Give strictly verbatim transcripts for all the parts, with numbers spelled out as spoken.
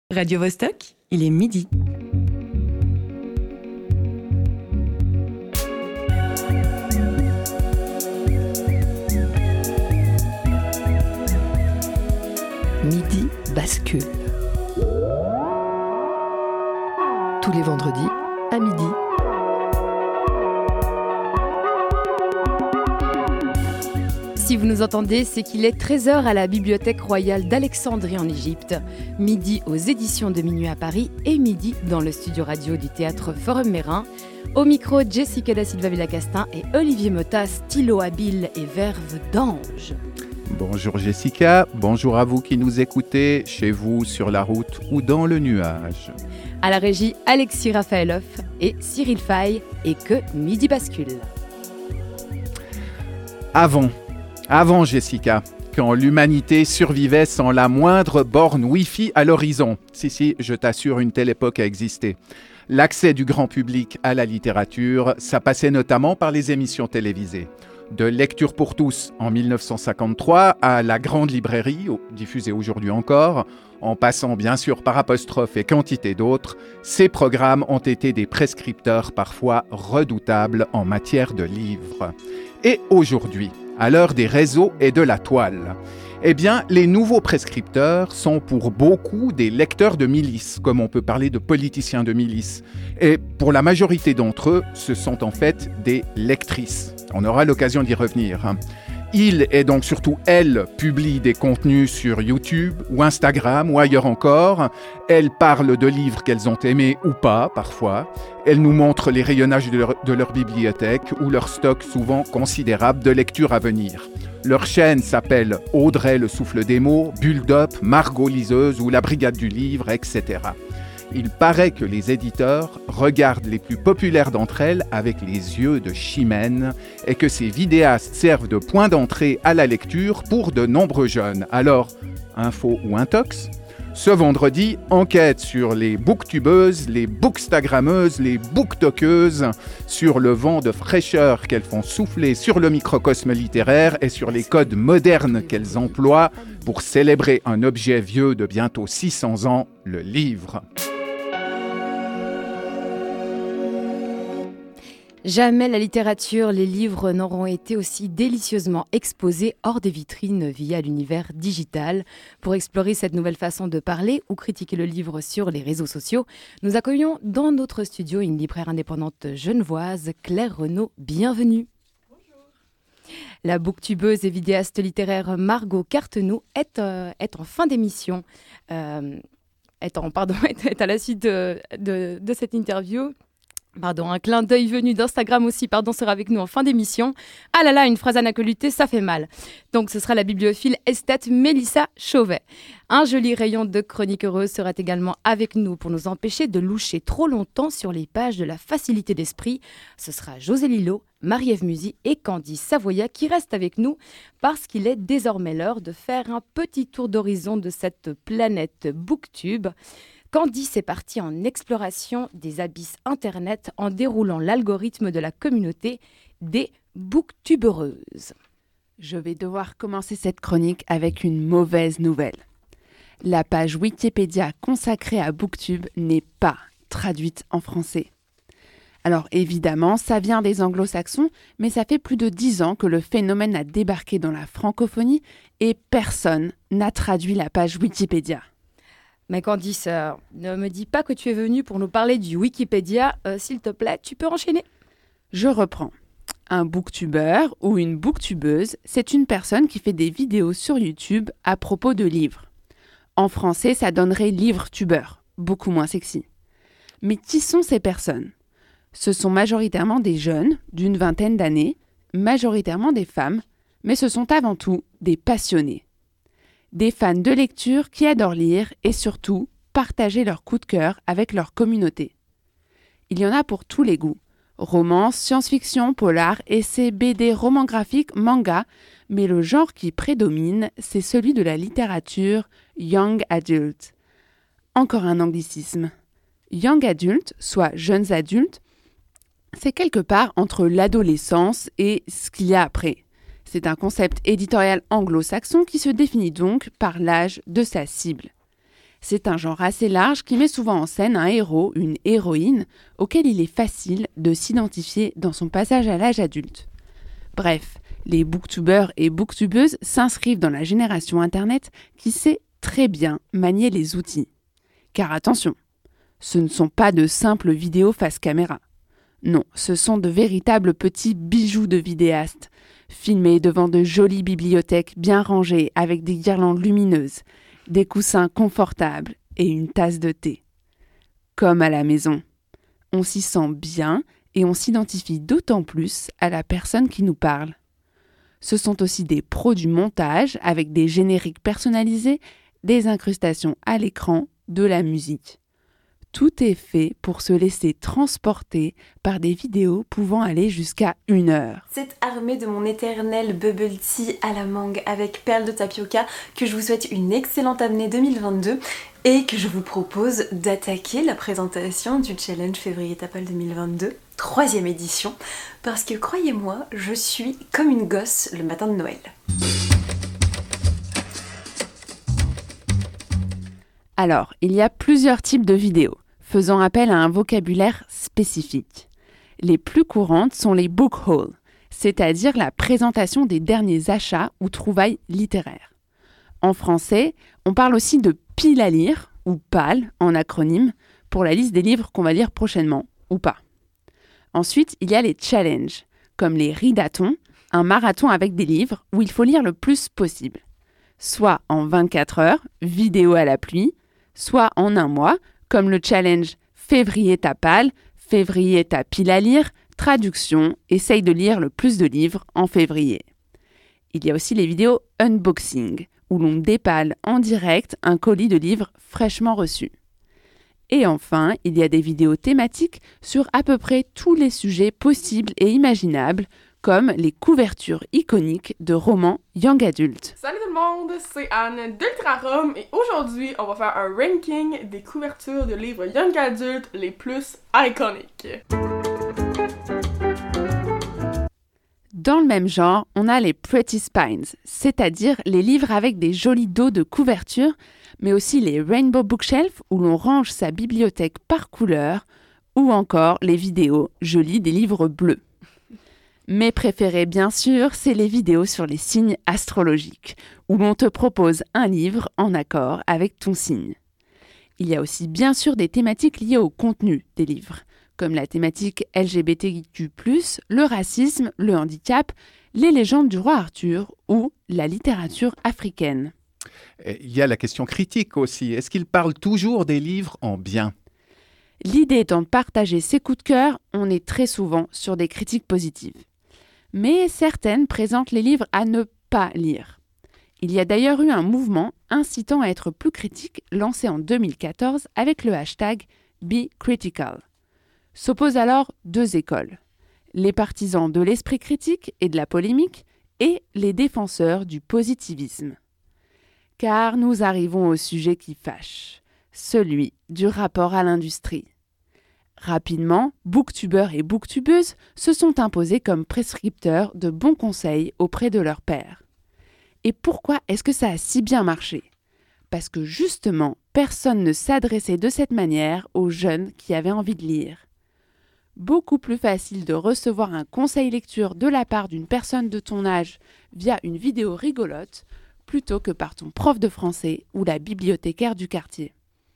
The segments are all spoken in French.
Radio Vostok, il est midi. Midi bascule. Tous les vendredis à midi. Si vous nous entendez, c'est qu'il est treize heures à la Bibliothèque royale d'Alexandrie en Égypte, midi aux éditions de Minuit à Paris et midi dans le studio radio du Théâtre Forum Mérin. Au micro, Jessica da Silva Villacastin et Olivier Motta, stylo habile et verve d'ange. Bonjour Jessica, bonjour à vous qui nous écoutez, chez vous, sur la route ou dans le nuage. À la régie, Alexis Raphaëloff et Cyril Fay, et que midi bascule. Avant, avant Jessica, quand l'humanité survivait sans la moindre borne Wi-Fi à l'horizon. Si, si, je t'assure, une telle époque a existé. L'accès du grand public à la littérature, ça passait notamment par les émissions télévisées. De Lecture pour tous en dix-neuf cent cinquante-trois à La Grande Librairie, diffusée aujourd'hui encore, en passant bien sûr par Apostrophe et quantité d'autres, ces programmes ont été des prescripteurs parfois redoutables en matière de livres. Et aujourd'hui, à l'heure des réseaux et de la toile, eh bien, les nouveaux prescripteurs sont pour beaucoup des lecteurs de milice, comme on peut parler de politiciens de milice. Et pour la majorité d'entre eux, ce sont en fait des lectrices. On aura l'occasion d'y revenir. Ils, et donc surtout elles, publient des contenus sur YouTube ou Instagram ou ailleurs encore. Elles parlent de livres qu'elles ont aimés ou pas, parfois. Elles nous montrent les rayonnages de leur, de leur bibliothèque ou leur stock souvent considérable de lectures à venir. Leur chaîne s'appelle Audrey le souffle des mots, Bulldop, Margot liseuse ou La Brigade du livre, et cetera. Il paraît que les éditeurs regardent les plus populaires d'entre elles avec les yeux de Chimène et que ces vidéastes servent de point d'entrée à la lecture pour de nombreux jeunes. Alors, info ou intox ? Ce vendredi, enquête sur les booktubeuses, les bookstagrammeuses, les booktokeuses, sur le vent de fraîcheur qu'elles font souffler sur le microcosme littéraire et sur les codes modernes qu'elles emploient pour célébrer un objet vieux de bientôt six cents ans, le livre. Jamais la littérature, les livres n'auront été aussi délicieusement exposés hors des vitrines via l'univers digital. Pour explorer cette nouvelle façon de parler ou critiquer le livre sur les réseaux sociaux, nous accueillons dans notre studio une libraire indépendante genevoise, Claire Renaud. Bienvenue. Bonjour. La booktubeuse et vidéaste littéraire Margot Cartenou est, euh, est en fin d'émission. Euh, est, en, pardon, est à la suite de, de, de cette interview. Pardon, un clin d'œil venu d'Instagram aussi, pardon, sera avec nous en fin d'émission. Ah là là, une phrase anacolutée, ça fait mal. Donc ce sera la bibliophile esthète Mélissa Chauvet. Un joli rayon de chronique heureuse sera également avec nous pour nous empêcher de loucher trop longtemps sur les pages de la facilité d'esprit. Ce sera José Lillo, Marie-Ève Musy et Candice Savoya qui restent avec nous parce qu'il est désormais l'heure de faire un petit tour d'horizon de cette planète booktube. Candice est partie en exploration des abysses Internet en déroulant l'algorithme de la communauté des booktubereuses. Je vais devoir commencer cette chronique avec une mauvaise nouvelle. La page Wikipédia consacrée à Booktube n'est pas traduite en français. Alors évidemment, ça vient des anglo-saxons, mais ça fait plus de dix ans que le phénomène a débarqué dans la francophonie et personne n'a traduit la page Wikipédia. Mais Candice, euh, ne me dis pas que tu es venue pour nous parler du Wikipédia. Euh, s'il te plaît, tu peux enchaîner ? Je reprends. Un booktuber ou une booktubeuse, c'est une personne qui fait des vidéos sur YouTube à propos de livres. En français, ça donnerait livre-tubeur, beaucoup moins sexy. Mais qui sont ces personnes ? Ce sont majoritairement des jeunes, d'une vingtaine d'années, majoritairement des femmes, mais ce sont avant tout des passionnés. Des fans de lecture qui adorent lire et surtout partager leurs coups de cœur avec leur communauté. Il y en a pour tous les goûts. Romance, science-fiction, polar, essais, B D, romans graphiques, manga. Mais le genre qui prédomine, c'est celui de la littérature young adult. Encore un anglicisme. Young adult, soit jeunes adultes, c'est quelque part entre l'adolescence et ce qu'il y a après. C'est un concept éditorial anglo-saxon qui se définit donc par l'âge de sa cible. C'est un genre assez large qui met souvent en scène un héros, une héroïne, auquel il est facile de s'identifier dans son passage à l'âge adulte. Bref, les booktubeurs et booktubeuses s'inscrivent dans la génération Internet qui sait très bien manier les outils. Car attention, ce ne sont pas de simples vidéos face caméra. Non, ce sont de véritables petits bijoux de vidéastes, filmés devant de jolies bibliothèques bien rangées avec des guirlandes lumineuses, des coussins confortables et une tasse de thé. Comme à la maison. On s'y sent bien et on s'identifie d'autant plus à la personne qui nous parle. Ce sont aussi des pros du montage avec des génériques personnalisés, des incrustations à l'écran, de la musique. Tout est fait pour se laisser transporter par des vidéos pouvant aller jusqu'à une heure. C'est armé de mon éternel bubble tea à la mangue avec perles de tapioca que je vous souhaite une excellente année deux mille vingt-deux et que je vous propose d'attaquer la présentation du challenge février Tapal deux mille vingt-deux, troisième édition, parce que croyez-moi, je suis comme une gosse le matin de Noël. Alors, il y a plusieurs types de vidéos, faisant appel à un vocabulaire spécifique. Les plus courantes sont les book hauls, c'est-à-dire la présentation des derniers achats ou trouvailles littéraires. En français, on parle aussi de pile à lire, ou P A L en acronyme, pour la liste des livres qu'on va lire prochainement, ou pas. Ensuite, il y a les challenges, comme les readathons, un marathon avec des livres où il faut lire le plus possible. Soit en vingt-quatre heures, vidéo à la pluie, soit en un mois, comme le challenge Février Tapal, Février ta pile à lire, traduction, essaye de lire le plus de livres en février. Il y a aussi les vidéos unboxing, où l'on dépale en direct un colis de livres fraîchement reçus. Et enfin, il y a des vidéos thématiques sur à peu près tous les sujets possibles et imaginables, comme les couvertures iconiques de romans young adult. Salut tout le monde, c'est Anne d'Ultrarum et aujourd'hui on va faire un ranking des couvertures de livres young adult les plus iconiques. Dans le même genre, on a les Pretty Spines, c'est-à-dire les livres avec des jolis dos de couverture, mais aussi les Rainbow Bookshelf où l'on range sa bibliothèque par couleur, ou encore les vidéos « Je lis des livres bleus ». Mes préférés, bien sûr, c'est les vidéos sur les signes astrologiques, où l'on te propose un livre en accord avec ton signe. Il y a aussi bien sûr des thématiques liées au contenu des livres, comme la thématique L G B T Q plus, le racisme, le handicap, les légendes du roi Arthur ou la littérature africaine. Il y a la question critique aussi. Est-ce qu'il parle toujours des livres en bien ? L'idée étant de partager ses coups de cœur, on est très souvent sur des critiques positives. Mais certaines présentent les livres à ne pas lire. Il y a d'ailleurs eu un mouvement incitant à être plus critique lancé en deux mille quatorze avec le hashtag BeCritical. S'opposent alors deux écoles, les partisans de l'esprit critique et de la polémique et les défenseurs du positivisme. Car nous arrivons au sujet qui fâche, celui du rapport à l'industrie. Rapidement, booktubeurs et booktubeuses se sont imposés comme prescripteurs de bons conseils auprès de leurs pairs. Et pourquoi est-ce que ça a si bien marché ? Parce que justement, personne ne s'adressait de cette manière aux jeunes qui avaient envie de lire. Beaucoup plus facile de recevoir un conseil lecture de la part d'une personne de ton âge via une vidéo rigolote plutôt que par ton prof de français ou la bibliothécaire du quartier.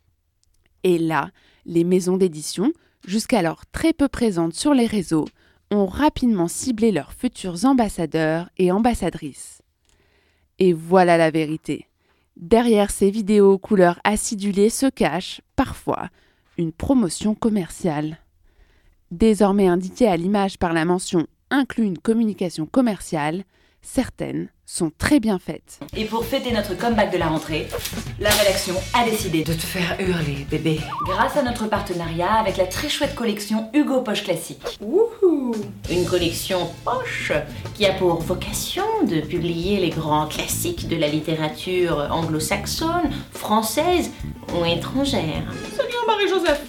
Et là, les maisons d'édition, jusqu'alors très peu présentes sur les réseaux, ont rapidement ciblé leurs futurs ambassadeurs et ambassadrices. Et voilà la vérité. Derrière ces vidéos aux couleurs acidulées se cache, parfois, une promotion commerciale. Désormais indiquée à l'image par la mention « inclut une communication commerciale », certaines sont très bien faites. Et pour fêter notre comeback de la rentrée, la rédaction a décidé de te faire hurler, bébé. Grâce à notre partenariat avec la très chouette collection Hugo Poche Classique. Wouhou! Une collection poche qui a pour vocation de publier les grands classiques de la littérature anglo-saxonne, française ou étrangère. Salut Marie-Joseph!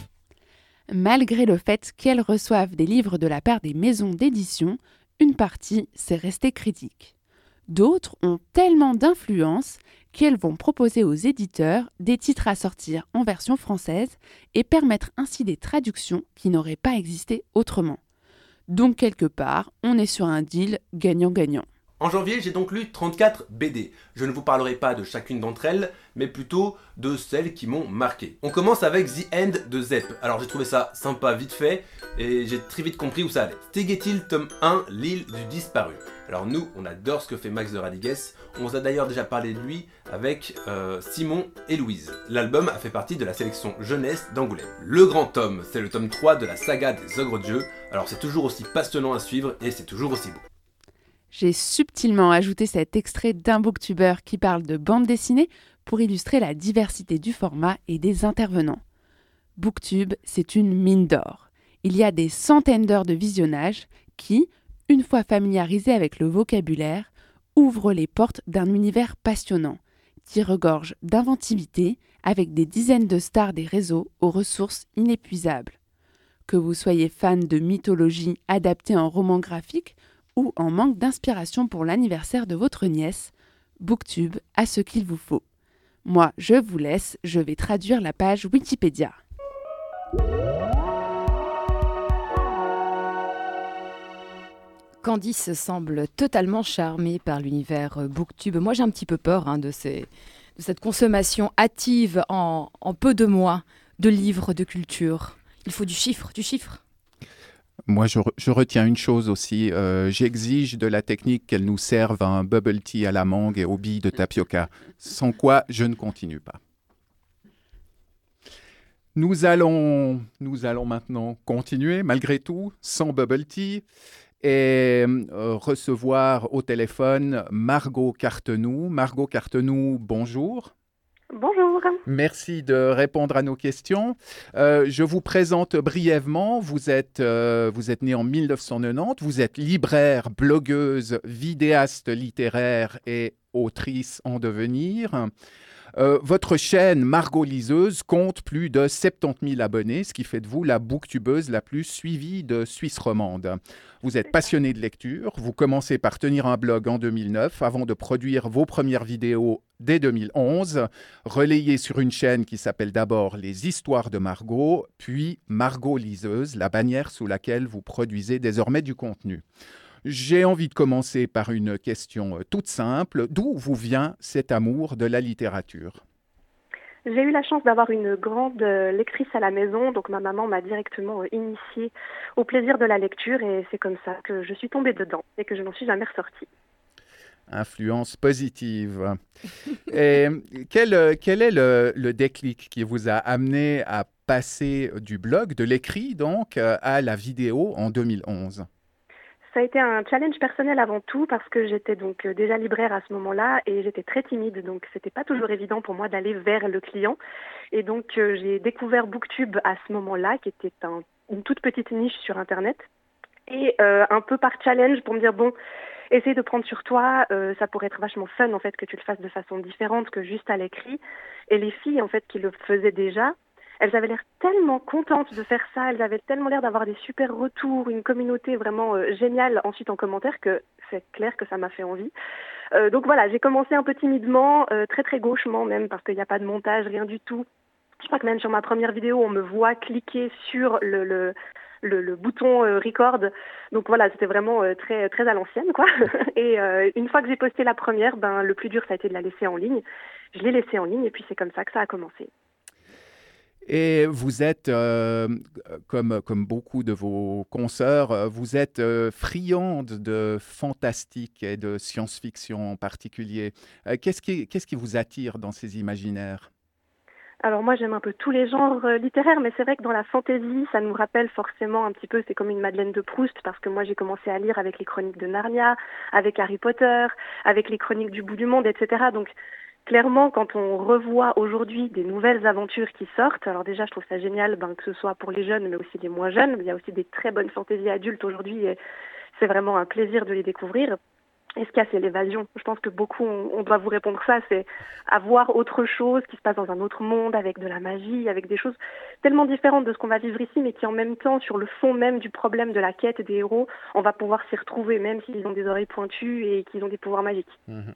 Malgré le fait qu'elles reçoivent des livres de la part des maisons d'édition, une partie s'est restée critique. D'autres ont tellement d'influence qu'elles vont proposer aux éditeurs des titres à sortir en version française et permettre ainsi des traductions qui n'auraient pas existé autrement. Donc quelque part, on est sur un deal gagnant-gagnant. En janvier, j'ai donc lu trente-quatre B D. Je ne vous parlerai pas de chacune d'entre elles, mais plutôt de celles qui m'ont marqué. On commence avec The End de Zep. Alors j'ai trouvé ça sympa vite fait, et j'ai très vite compris où ça allait. Stegetil, tome un, L'île du disparu. Alors nous, on adore ce que fait Max de Radigues. On vous a d'ailleurs déjà parlé de lui avec euh, Simon et Louise. L'album a fait partie de la sélection jeunesse d'Angoulême. Le grand tome, c'est le tome trois de la saga des Ogres Dieux. Alors c'est toujours aussi passionnant à suivre, et c'est toujours aussi beau. J'ai subtilement ajouté cet extrait d'un booktuber qui parle de bande dessinée pour illustrer la diversité du format et des intervenants. Booktube, c'est une mine d'or. Il y a des centaines d'heures de visionnage qui, une fois familiarisés avec le vocabulaire, ouvrent les portes d'un univers passionnant, qui regorge d'inventivité avec des dizaines de stars des réseaux aux ressources inépuisables. Que vous soyez fan de mythologie adaptée en roman graphique ou en manque d'inspiration pour l'anniversaire de votre nièce, Booktube a ce qu'il vous faut. Moi, je vous laisse, je vais traduire la page Wikipédia. Candice semble totalement charmée par l'univers Booktube. Moi, j'ai un petit peu peur hein, de, ces, de cette consommation hâtive en, en peu de mois de livres de culture. Il faut du chiffre, du chiffre. Moi, je, re- je retiens une chose aussi. Euh, j'exige de la technique qu'elle nous serve un bubble tea à la mangue et aux billes de tapioca. Sans quoi, je ne continue pas. Nous allons, nous allons maintenant continuer, malgré tout, sans bubble tea, et euh, recevoir au téléphone Margot Cartenou. Margot Cartenou, bonjour. Bonjour. Merci de répondre à nos questions. Euh, je vous présente brièvement. Vous êtes, euh, vous êtes née en mille neuf cent quatre-vingt-dix. Vous êtes libraire, blogueuse, vidéaste littéraire et autrice en devenir. Euh, votre chaîne Margot Liseuse compte plus de soixante-dix mille abonnés, ce qui fait de vous la booktubeuse la plus suivie de Suisse romande. Vous êtes passionnée de lecture, vous commencez par tenir un blog en deux mille neuf avant de produire vos premières vidéos dès deux mille onze, relayées sur une chaîne qui s'appelle d'abord Les Histoires de Margot, puis Margot Liseuse, la bannière sous laquelle vous produisez désormais du contenu. J'ai envie de commencer par une question toute simple. D'où vous vient cet amour de la littérature ? J'ai eu la chance d'avoir une grande euh, lectrice à la maison, donc ma maman m'a directement euh, initiée au plaisir de la lecture et c'est comme ça que je suis tombée dedans et que je n'en suis jamais ressortie. Influence positive. Et quel, quel est le, le déclic qui vous a amené à passer du blog, de l'écrit donc, à la vidéo en deux mille onze ? Ça a été un challenge personnel avant tout parce que j'étais donc déjà libraire à ce moment-là et j'étais très timide, donc c'était pas toujours évident pour moi d'aller vers le client. Et donc euh, j'ai découvert Booktube à ce moment-là, qui était un, une toute petite niche sur Internet. Et euh, un peu par challenge pour me dire bon, essaye de prendre sur toi, euh, ça pourrait être vachement fun en fait que tu le fasses de façon différente que juste à l'écrit. Et les filles en fait qui le faisaient déjà, elles avaient l'air tellement contentes de faire ça, elles avaient tellement l'air d'avoir des super retours, une communauté vraiment euh, géniale ensuite en commentaire que c'est clair que ça m'a fait envie. Euh, donc voilà, j'ai commencé un peu timidement, euh, très très gauchement même parce qu'il n'y a pas de montage, rien du tout. Je crois que même sur ma première vidéo, on me voit cliquer sur le, le, le, le bouton euh, record. Donc voilà, c'était vraiment euh, très, très à l'ancienne, quoi. Et euh, une fois que j'ai posté la première, ben, le plus dur, ça a été de la laisser en ligne. Je l'ai laissée en ligne et puis c'est comme ça que ça a commencé. Et vous êtes, euh, comme, comme beaucoup de vos consoeurs, vous êtes euh, friande de fantastique et de science-fiction en particulier. Euh, qu'est-ce qui, qu'est-ce qui vous attire dans ces imaginaires ? Alors moi j'aime un peu tous les genres euh, littéraires, mais c'est vrai que dans la fantasy, ça nous rappelle forcément un petit peu, c'est comme une Madeleine de Proust, parce que moi j'ai commencé à lire avec les chroniques de Narnia, avec Harry Potter, avec les chroniques du bout du monde, et cetera. Donc clairement, quand on revoit aujourd'hui des nouvelles aventures qui sortent, alors déjà je trouve ça génial ben, que ce soit pour les jeunes mais aussi les moins jeunes, il y a aussi des très bonnes fantaisies adultes aujourd'hui et c'est vraiment un plaisir de les découvrir. Et ce qu'il y a, c'est l'évasion. Je pense que beaucoup, on, on doit vous répondre ça, c'est avoir autre chose qui se passe dans un autre monde, avec de la magie, avec des choses tellement différentes de ce qu'on va vivre ici, mais qui en même temps, sur le fond même du problème de la quête des héros, on va pouvoir s'y retrouver, même s'ils ont des oreilles pointues et qu'ils ont des pouvoirs magiques. Mmh.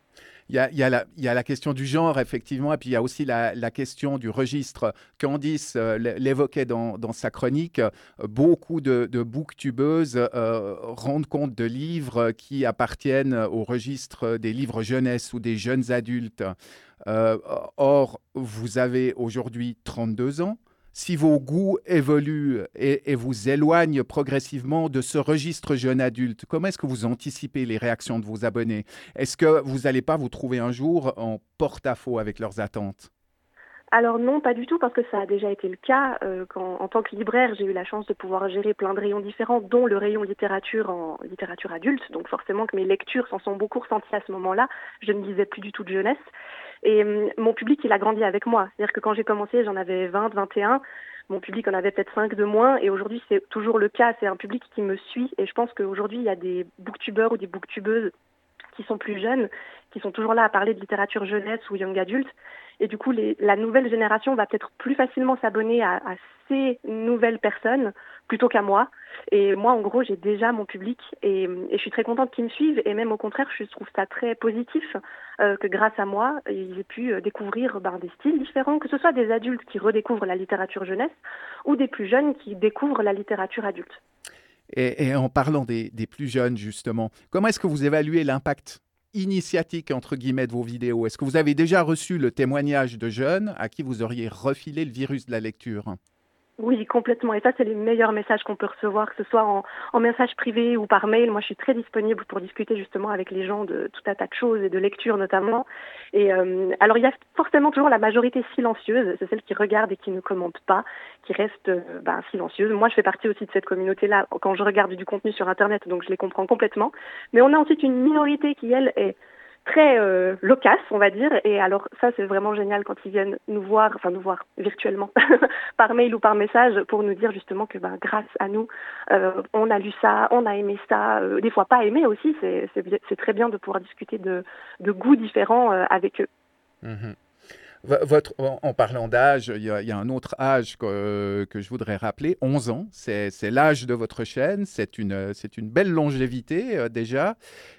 Il y a, il y a la, il y a la question du genre, effectivement, et puis il y a aussi la, la question du registre. Candice euh, l'évoquait dans, dans sa chronique. Euh, beaucoup de, de booktubeuses euh, rendent compte de livres qui appartiennent au registre des livres jeunesse ou des jeunes adultes. Euh, or, vous avez aujourd'hui trente-deux ans. Si vos goûts évoluent et, et vous éloignent progressivement de ce registre jeune adulte, comment est-ce que vous anticipez les réactions de vos abonnés? Est-ce que vous n'allez pas vous trouver un jour en porte-à-faux avec leurs attentes? Alors non, pas du tout, parce que ça a déjà été le cas. Euh, quand, en tant que libraire, j'ai eu la chance de pouvoir gérer plein de rayons différents, dont le rayon littérature en littérature adulte. Donc forcément que mes lectures s'en sont beaucoup ressenties à ce moment-là. Je ne lisais plus du tout de jeunesse. Et euh, mon public, il a grandi avec moi. C'est-à-dire que quand j'ai commencé, j'en avais vingt, vingt et un. Mon public en avait peut-être cinq de moins. Et aujourd'hui, c'est toujours le cas. C'est un public qui me suit. Et je pense qu'aujourd'hui, il y a des booktubeurs ou des booktubeuses qui sont plus jeunes, qui sont toujours là à parler de littérature jeunesse ou young adulte. Et du coup, les, la nouvelle génération va peut-être plus facilement s'abonner à, à ces nouvelles personnes plutôt qu'à moi. Et moi, en gros, j'ai déjà mon public et, et je suis très contente qu'ils me suivent. Et même au contraire, je trouve ça très positif euh, que grâce à moi, ils aient pu euh, découvrir ben, des styles différents, que ce soit des adultes qui redécouvrent la littérature jeunesse ou des plus jeunes qui découvrent la littérature adulte. Et, et en parlant des, des plus jeunes, justement, comment est-ce que vous évaluez l'impact initiatique, entre guillemets, de vos vidéos? Est-ce que vous avez déjà reçu le témoignage de jeunes à qui vous auriez refilé le virus de la lecture? Oui, complètement. Et ça, c'est les meilleurs messages qu'on peut recevoir, que ce soit en, en message privé ou par mail. Moi, je suis très disponible pour discuter justement avec les gens de tout un tas de choses et de lecture notamment. Et euh, alors, il y a forcément toujours la majorité silencieuse, c'est celle qui regarde et qui ne commente pas, qui reste euh, ben, silencieuse. Moi, je fais partie aussi de cette communauté-là quand je regarde du contenu sur Internet, donc je les comprends complètement. Mais on a ensuite une minorité qui, elle, est très euh, loquace, on va dire, et alors ça c'est vraiment génial quand ils viennent nous voir, enfin nous voir virtuellement, par mail ou par message, pour nous dire justement que ben, grâce à nous, euh, on a lu ça, on a aimé ça, euh, des fois pas aimé aussi, c'est, c'est, c'est très bien de pouvoir discuter de, de goûts différents euh, avec eux. Mmh. Votre, en parlant d'âge, il y, a, il y a un autre âge que, que je voudrais rappeler, onze ans, c'est, c'est l'âge de votre chaîne, c'est une, c'est une belle longévité euh, déjà.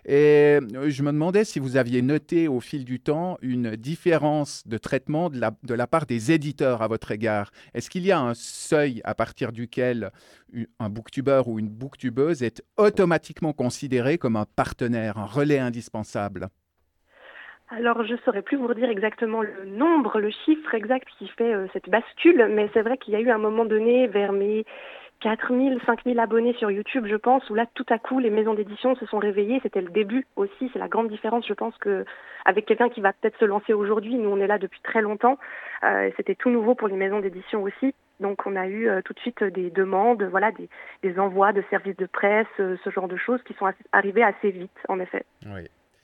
Et je me demandais si vous aviez noté au fil du temps une différence de traitement de la, de la part des éditeurs à votre égard. Est-ce qu'il y a un seuil à partir duquel un booktuber ou une booktubeuse est automatiquement considéré comme un partenaire, un relais indispensable ? Alors, je ne saurais plus vous redire exactement le nombre, le chiffre exact qui fait euh, cette bascule, mais c'est vrai qu'il y a eu un moment donné, vers mes quatre mille, cinq mille abonnés sur YouTube, je pense, où là, tout à coup, les maisons d'édition se sont réveillées. C'était le début aussi, c'est la grande différence, je pense, que avec quelqu'un qui va peut-être se lancer aujourd'hui. Nous, on est là depuis très longtemps. Euh, c'était tout nouveau pour les maisons d'édition aussi. Donc, on a eu euh, tout de suite des demandes, voilà, des, des envois de services de presse, euh, ce genre de choses qui sont as- arrivées assez vite, en effet. Oui.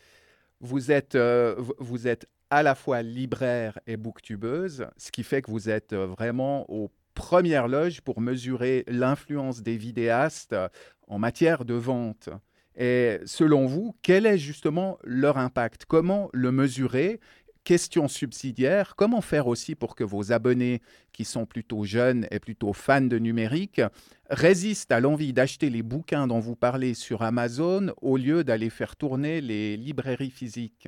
Vous êtes, euh, vous êtes à la fois libraire et booktubeuse, ce qui fait que vous êtes vraiment aux premières loges pour mesurer l'influence des vidéastes en matière de vente. Et selon vous, quel est justement leur impact? Comment le mesurer? Question subsidiaire, comment faire aussi pour que vos abonnés, qui sont plutôt jeunes et plutôt fans de numérique, résistent à l'envie d'acheter les bouquins dont vous parlez sur Amazon au lieu d'aller faire tourner les librairies physiques?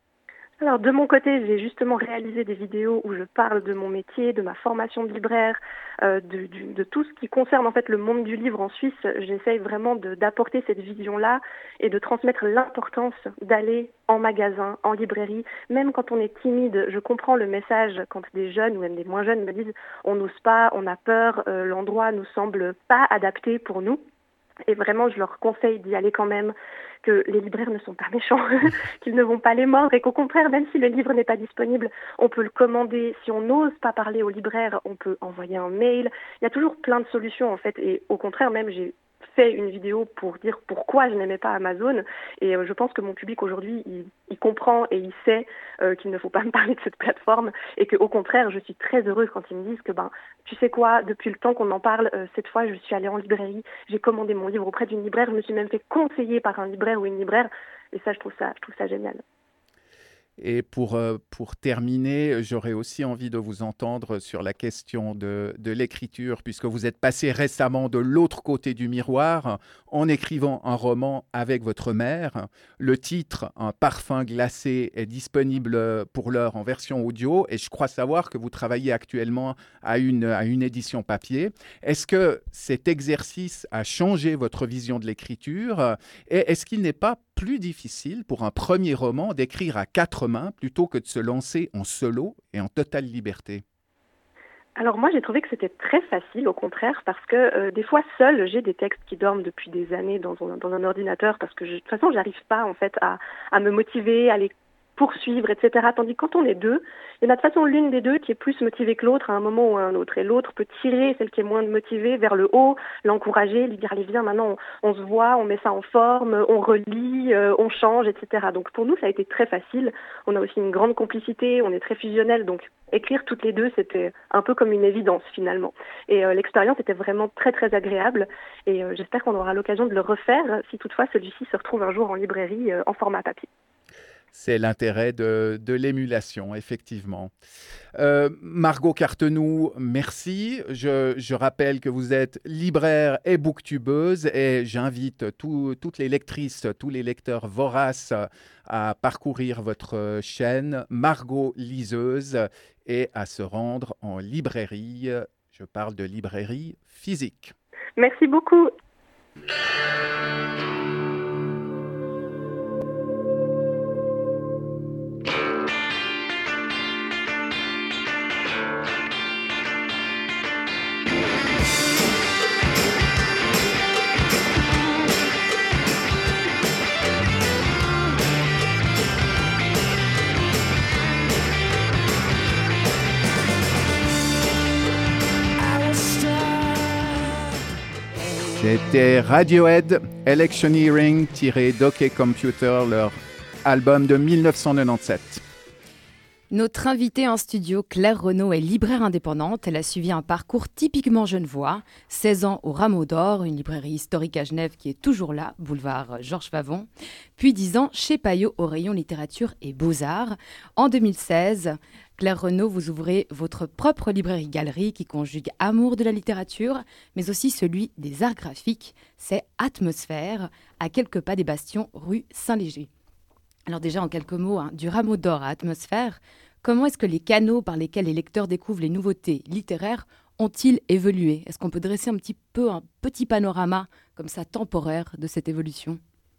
Alors de mon côté, j'ai justement réalisé des vidéos où je parle de mon métier, de ma formation de libraire, euh, de, du, de tout ce qui concerne en fait le monde du livre en Suisse. J'essaye vraiment de, d'apporter cette vision-là et de transmettre l'importance d'aller en magasin, en librairie. Même quand on est timide, je comprends le message quand des jeunes ou même des moins jeunes me disent on n'ose pas, on a peur, euh, l'endroit nous semble pas adapté pour nous. Et vraiment, je leur conseille d'y aller quand même, que les libraires ne sont pas méchants, qu'ils ne vont pas les mordre et qu'au contraire, même si le livre n'est pas disponible, on peut le commander. Si on n'ose pas parler au libraire, on peut envoyer un mail. Il y a toujours plein de solutions en fait. Et au contraire, même, j'ai fait une vidéo pour dire pourquoi je n'aimais pas Amazon. Et euh, je pense que mon public aujourd'hui, il, il comprend et il sait euh, qu'il ne faut pas me parler de cette plateforme et qu'au contraire, je suis très heureuse quand ils me disent que, ben, tu sais quoi, depuis le temps qu'on en parle, euh, cette fois, je suis allée en librairie, j'ai commandé mon livre auprès d'une libraire, je me suis même fait conseiller par un libraire ou une libraire. Et ça, je trouve ça, je trouve ça génial. Et pour, euh, pour terminer, j'aurais aussi envie de vous entendre sur la question de, de l'écriture, puisque vous êtes passé récemment de l'autre côté du miroir en écrivant un roman avec votre mère. Le titre, Un parfum glacé, est disponible pour l'heure en version audio et je crois savoir que vous travaillez actuellement à une, à une édition papier. Est-ce que cet exercice a changé votre vision de l'écriture et est-ce qu'il n'est pas plus difficile pour un premier roman d'écrire à quatre mains plutôt que de se lancer en solo et en totale liberté? Alors moi, j'ai trouvé que c'était très facile, au contraire, parce que euh, des fois, seule, j'ai des textes qui dorment depuis des années dans un, dans un ordinateur, parce que je, de toute façon, j'arrive pas en fait à, à me motiver, à les poursuivre, et cetera. Tandis que quand on est deux, il y en a de toute façon l'une des deux qui est plus motivée que l'autre à un moment ou à un autre. Et l'autre peut tirer celle qui est moins motivée vers le haut, l'encourager, lui dire allez viens maintenant, on, on se voit, on met ça en forme, on relit, euh, on change, et cetera. Donc pour nous, ça a été très facile. On a aussi une grande complicité, on est très fusionnels, donc écrire toutes les deux, c'était un peu comme une évidence finalement. Et euh, l'expérience était vraiment très très agréable et euh, j'espère qu'on aura l'occasion de le refaire si toutefois celui-ci se retrouve un jour en librairie euh, en format papier. C'est l'intérêt de, de l'émulation, effectivement. Euh, Margot Cartenou, merci. Je, je rappelle que vous êtes libraire et booktubeuse et j'invite tout, toutes les lectrices, tous les lecteurs voraces à parcourir votre chaîne Margot Liseuse et à se rendre en librairie. Je parle de librairie physique. Merci beaucoup. C'était Radiohead, Electioneering, tiré d'Ok Computer, leur album de mille neuf cent quatre-vingt-dix-sept. Notre invitée en studio, Claire Renaud, est libraire indépendante. Elle a suivi un parcours typiquement genevois. seize ans au Rameau d'Or, une librairie historique à Genève qui est toujours là, boulevard Georges Favon. Puis dix ans chez Payot au rayon littérature et beaux-arts. En deux mille seize, Claire Renaud, vous ouvrez votre propre librairie-galerie qui conjugue amour de la littérature, mais aussi celui des arts graphiques. C'est Atmosphère, à quelques pas des Bastions, rue Saint-Léger. Alors déjà, en quelques mots, hein, du Rameau d'Or à Atmosphère, comment est-ce que les canaux par lesquels les lecteurs découvrent les nouveautés littéraires ont-ils évolué? Est-ce qu'on peut dresser un petit peu un petit panorama comme ça temporaire de cette évolution?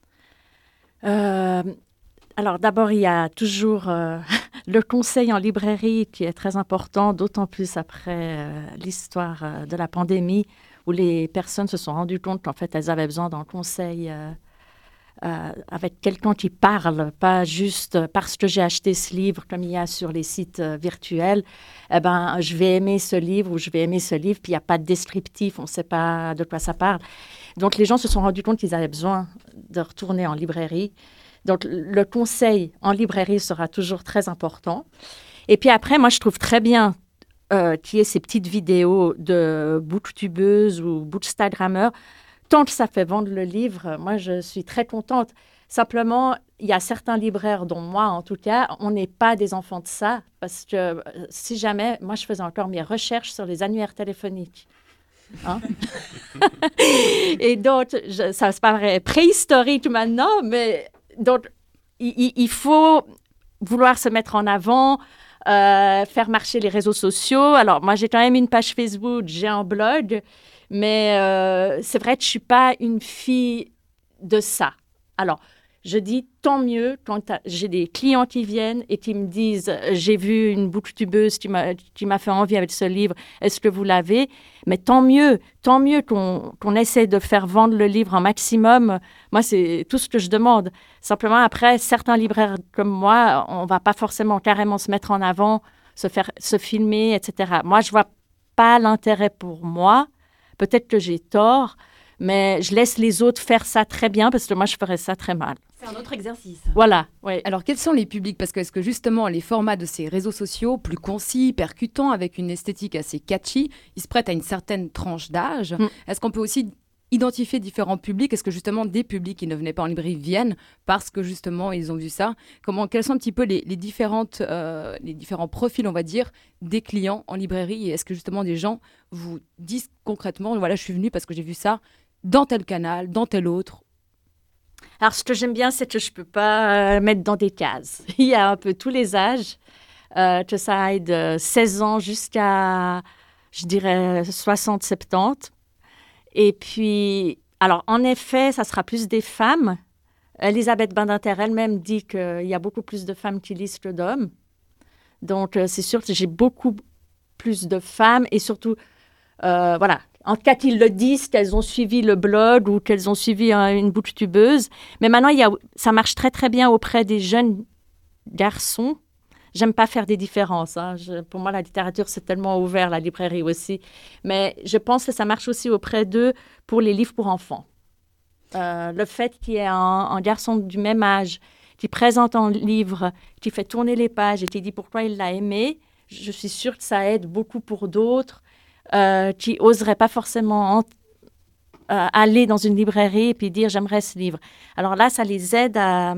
euh, Alors d'abord, il y a toujours euh, le conseil en librairie qui est très important, d'autant plus après euh, l'histoire euh, de la pandémie où les personnes se sont rendues compte qu'en fait, elles avaient besoin d'un conseil euh, Euh, avec quelqu'un qui parle, pas juste parce que j'ai acheté ce livre comme il y a sur les sites euh, virtuels, eh ben, je vais aimer ce livre ou je vais aimer ce livre, puis il n'y a pas de descriptif, on ne sait pas de quoi ça parle. Donc, les gens se sont rendus compte qu'ils avaient besoin de retourner en librairie. Donc, le conseil en librairie sera toujours très important. Et puis après, moi, je trouve très bien euh, qu'il y ait ces petites vidéos de booktubeuses ou bookstagrammeurs. Tant que ça fait vendre le livre, moi, je suis très contente. Simplement, il y a certains libraires, dont moi, en tout cas, on n'est pas des enfants de ça. Parce que si jamais, moi, je faisais encore mes recherches sur les annuaires téléphoniques. Hein? Et donc, je, ça se paraît préhistorique maintenant, mais donc, il, il faut vouloir se mettre en avant, euh, faire marcher les réseaux sociaux. Alors, moi, j'ai quand même une page Facebook, j'ai un blog. Mais euh, c'est vrai que je ne suis pas une fille de ça. Alors, je dis tant mieux quand j'ai des clients qui viennent et qui me disent « J'ai vu une booktubeuse qui m'a, qui m'a fait envie avec ce livre, est-ce que vous l'avez ?» Mais tant mieux, tant mieux qu'on, qu'on essaie de faire vendre le livre un maximum. Moi, c'est tout ce que je demande. Simplement, après, certains libraires comme moi, on ne va pas forcément carrément se mettre en avant, se, faire, se filmer, et cetera. Moi, je ne vois pas l'intérêt pour moi. Peut-être que j'ai tort, mais je laisse les autres faire ça très bien parce que moi, je ferais ça très mal. C'est un autre exercice. Voilà, oui. Alors, quels sont les publics? Parce que est-ce que justement, les formats de ces réseaux sociaux, plus concis, percutants, avec une esthétique assez catchy, ils se prêtent à une certaine tranche d'âge. Mm. Est-ce qu'on peut aussi identifier différents publics? Est-ce que justement des publics qui ne venaient pas en librairie viennent parce que justement ils ont vu ça? Comment, quels sont un petit peu les, les, différentes, euh, les différents profils, on va dire, des clients en librairie? Et est-ce que justement des gens vous disent concrètement, voilà, je suis venu parce que j'ai vu ça, dans tel canal, dans tel autre? Alors, ce que j'aime bien, c'est que je ne peux pas euh, mettre dans des cases. Il y a un peu tous les âges, euh, que ça aille de seize ans jusqu'à, je dirais, soixante, soixante-dix. Et puis, alors, en effet, ça sera plus des femmes. Elisabeth Badinter elle-même dit qu'il y a beaucoup plus de femmes qui lisent que d'hommes. Donc, euh, c'est sûr que j'ai beaucoup plus de femmes et surtout, euh, voilà, en cas qu'ils le disent, qu'elles ont suivi le blog ou qu'elles ont suivi euh, une booktubeuse. Mais maintenant, il y a, ça marche très, très bien auprès des jeunes garçons. J'aime pas faire des différences. Hein. Je, pour moi, la littérature, c'est tellement ouvert, la librairie aussi. Mais je pense que ça marche aussi auprès d'eux pour les livres pour enfants. Euh, le fait qu'il y ait un, un garçon du même âge qui présente un livre, qui fait tourner les pages et qui dit pourquoi il l'a aimé, je suis sûre que ça aide beaucoup pour d'autres euh, qui n'oseraient pas forcément en, euh, aller dans une librairie et puis dire « j'aimerais ce livre ». Alors là, ça les aide à,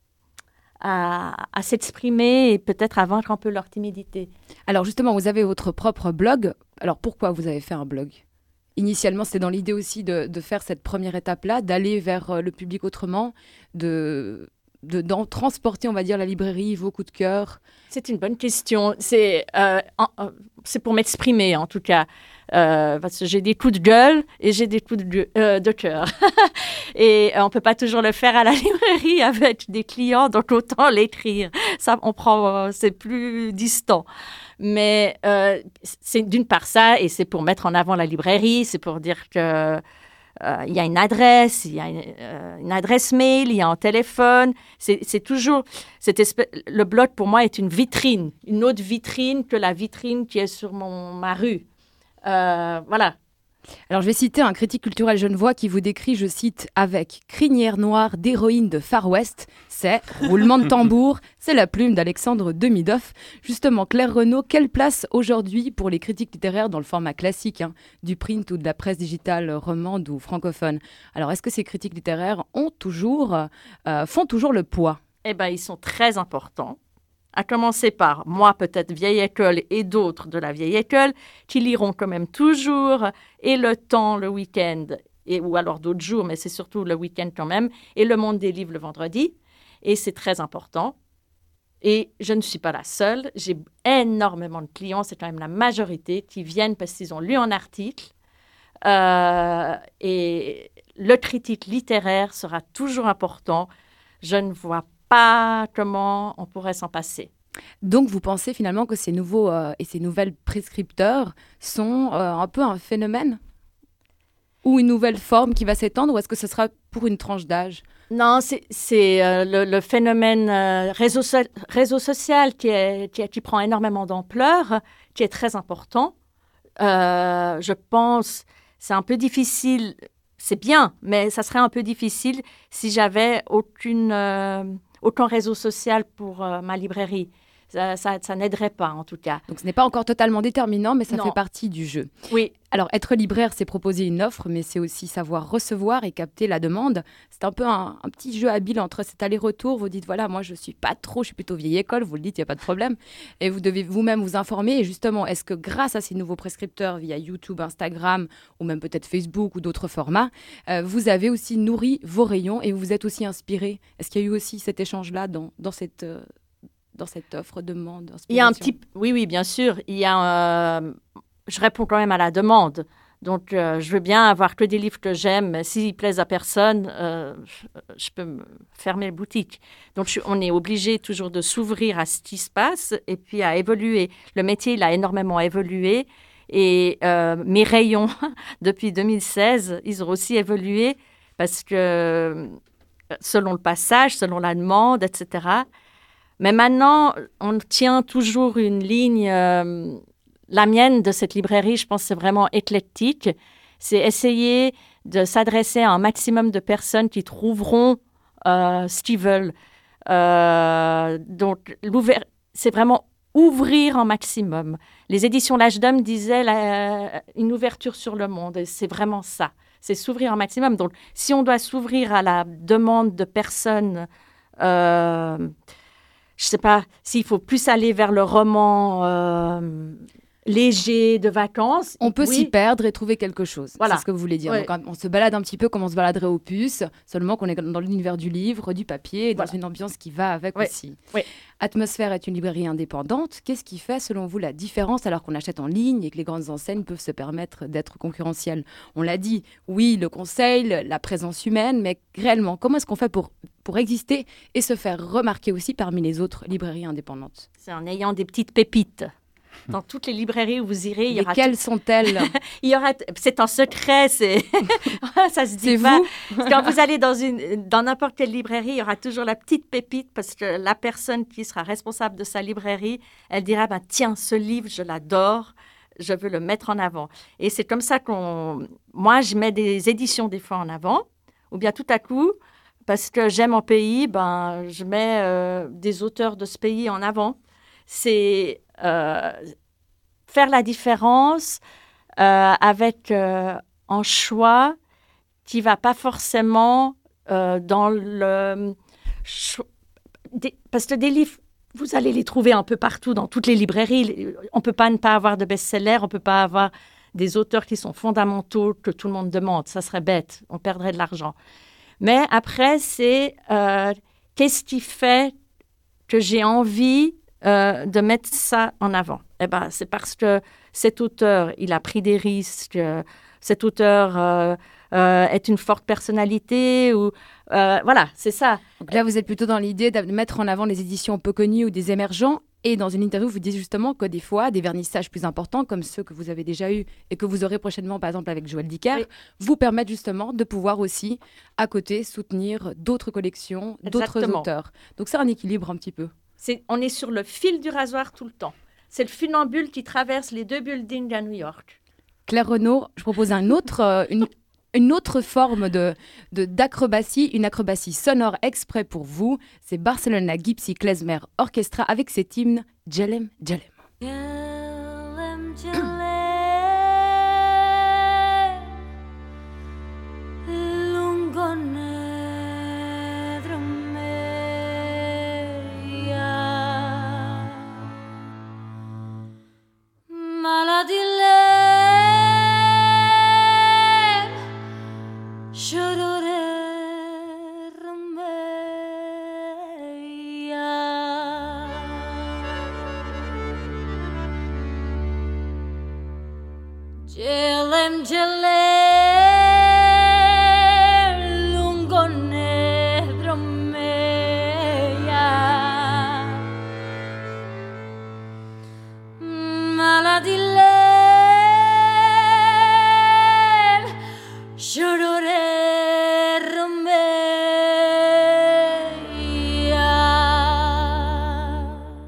à, à s'exprimer et peut-être à vaincre un peu leur timidité. Alors justement, vous avez votre propre blog. Alors pourquoi vous avez fait un blog ? Initialement, c'était dans l'idée aussi de, de faire cette première étape-là, d'aller vers le public autrement, de... De, d'en transporter, on va dire, la librairie, vos coups de cœur? C'est une bonne question. C'est, euh, en, en, c'est pour m'exprimer, en tout cas. Euh, parce que j'ai des coups de gueule et j'ai des coups de, euh, de cœur. Et euh, on ne peut pas toujours le faire à la librairie avec des clients, donc autant l'écrire. Ça, on prend, euh, c'est plus distant. Mais euh, c'est d'une part ça, et c'est pour mettre en avant la librairie, c'est pour dire que Euh, il y a une adresse, il y a une, euh, une adresse mail, il y a un téléphone. C'est, c'est toujours... Cette espèce, le blog, pour moi, est une vitrine, une autre vitrine que la vitrine qui est sur mon, ma rue. Euh, voilà. Alors, je vais citer un critique culturel genevois qui vous décrit, je cite, avec crinière noire d'héroïne de Far West, c'est roulement de tambour, c'est la plume d'Alexandre Demidoff. Justement, Claire Renaud, quelle place aujourd'hui pour les critiques littéraires dans le format classique, hein, du print ou de la presse digitale romande ou francophone? Alors, est-ce que ces critiques littéraires ont toujours, euh, font toujours le poids? Eh bien, ils sont très importants. À commencer par moi, peut-être vieille école, et d'autres de la vieille école, qui liront quand même toujours, et Le Temps le week-end, et, ou alors d'autres jours, mais c'est surtout le week-end quand même, et Le Monde des livres le vendredi, et c'est très important. Et je ne suis pas la seule, j'ai énormément de clients, c'est quand même la majorité, qui viennent parce qu'ils ont lu un article, euh, et le critique littéraire sera toujours important. Je ne vois pas pas comment on pourrait s'en passer. Donc, vous pensez finalement que ces nouveaux euh, et ces nouvelles prescripteurs sont euh, un peu un phénomène ou une nouvelle forme qui va s'étendre, ou est-ce que ce sera pour une tranche d'âge? Non, c'est, c'est euh, le, le phénomène euh, réseau, so- réseau social qui, est, qui, est, qui prend énormément d'ampleur, qui est très important. Euh, je pense c'est un peu difficile, c'est bien, mais ça serait un peu difficile si j'avais aucune... Euh, aucun réseau social pour euh, ma librairie. Ça, ça, ça n'aiderait pas, en tout cas. Donc, ce n'est pas encore totalement déterminant, mais ça non. fait partie du jeu. Oui. Alors, être libraire, c'est proposer une offre, mais c'est aussi savoir recevoir et capter la demande. C'est un peu un, un petit jeu habile entre cet aller-retour. Vous dites, voilà, moi, je ne suis pas trop, je suis plutôt vieille école, vous le dites, il n'y a pas de problème. Et vous devez vous-même vous informer. Et justement, est-ce que grâce à ces nouveaux prescripteurs via YouTube, Instagram, ou même peut-être Facebook ou d'autres formats, euh, vous avez aussi nourri vos rayons et vous vous êtes aussi inspiré? Est-ce qu'il y a eu aussi cet échange-là dans, dans cette... Euh, dans cette offre, demande, inspiration? Il y a un petit... Oui, oui, bien sûr. Il y a, euh... Je réponds quand même à la demande. Donc, euh, je veux bien avoir que des livres que j'aime. Mais s'ils plaisent à personne, euh, je peux me fermer la boutique. Donc, je... on est obligé toujours de s'ouvrir à ce qui se passe et puis à évoluer. Le métier, il a énormément évolué. Et euh, mes rayons, depuis deux mille seize, ils ont aussi évolué parce que selon le passage, selon la demande, et cetera. Mais maintenant, on tient toujours une ligne. Euh, la mienne de cette librairie, je pense, c'est vraiment éclectique. C'est essayer de s'adresser à un maximum de personnes qui trouveront euh, ce qu'ils veulent. Euh, donc, c'est vraiment ouvrir un maximum. Les éditions L'Âge d'Homme disaient la, une ouverture sur le monde. Et c'est vraiment ça. C'est s'ouvrir un maximum. Donc, si on doit s'ouvrir à la demande de personnes... Euh, je ne sais pas s'il faut plus aller vers le roman euh, léger de vacances. On peut oui. s'y perdre et trouver quelque chose. Voilà. C'est ce que vous voulez dire. Ouais. Donc, on se balade un petit peu comme on se baladerait au puce, seulement qu'on est dans l'univers du livre, du papier, et dans Voilà. une ambiance qui va avec Ouais. aussi. Ouais. Atmosphère est une librairie indépendante. Qu'est-ce qui fait, selon vous, la différence alors qu'on achète en ligne et que les grandes enseignes peuvent se permettre d'être concurrentielles? On l'a dit, oui, le conseil, la présence humaine, mais réellement, comment est-ce qu'on fait pour, pour exister et se faire remarquer aussi parmi les autres librairies indépendantes? C'est en ayant des petites pépites. Dans toutes les librairies où vous irez, il y aura... Lesquelles sont-elles? il y aura... C'est en secret, c'est... ça se dit C'est pas. vous? Parce que quand vous allez dans, une... dans n'importe quelle librairie, il y aura toujours la petite pépite parce que la personne qui sera responsable de sa librairie, elle dira, ben, tiens, ce livre, je l'adore, je veux le mettre en avant. Et c'est comme ça qu'on... Moi, je mets des éditions des fois en avant, ou bien tout à coup, parce que j'aime mon pays, ben, je mets euh, des auteurs de ce pays en avant. C'est euh, faire la différence euh, avec euh, un choix qui ne va pas forcément euh, dans le... Cho- des, parce que des livres, vous allez les trouver un peu partout, dans toutes les librairies. On ne peut pas ne pas avoir de best-sellers, on ne peut pas avoir des auteurs qui sont fondamentaux que tout le monde demande. Ça serait bête, on perdrait de l'argent. Mais après, c'est euh, qu'est-ce qui fait que j'ai envie Euh, de mettre ça en avant. Eh ben, c'est parce que cet auteur, il a pris des risques, euh, cet auteur euh, euh, est une forte personnalité, ou euh, voilà, c'est ça. Donc là, vous êtes plutôt dans l'idée de mettre en avant les éditions peu connues ou des émergents. Et dans une interview, vous dites justement que des fois, des vernissages plus importants, comme ceux que vous avez déjà eus et que vous aurez prochainement, par exemple, avec Joël Dicker, Oui. vous permettent justement de pouvoir aussi, à côté, soutenir d'autres collections, d'autres Exactement. auteurs. Donc c'est un équilibre un petit peu. C'est, on est sur le fil du rasoir tout le temps. C'est le funambule qui traverse les deux buildings à New York. Claire Renaud, je propose un autre, euh, une, une autre forme de, de, d'acrobatie, une acrobatie sonore exprès pour vous. C'est Barcelona Gypsy Klezmer Orchestra avec cet hymne Djelem Djelem. Djelem, djelem, lungone dromeia, maladilem, chorore romeia. Djelem, djelem, lungone dromeia, maladilem, chorore romeia.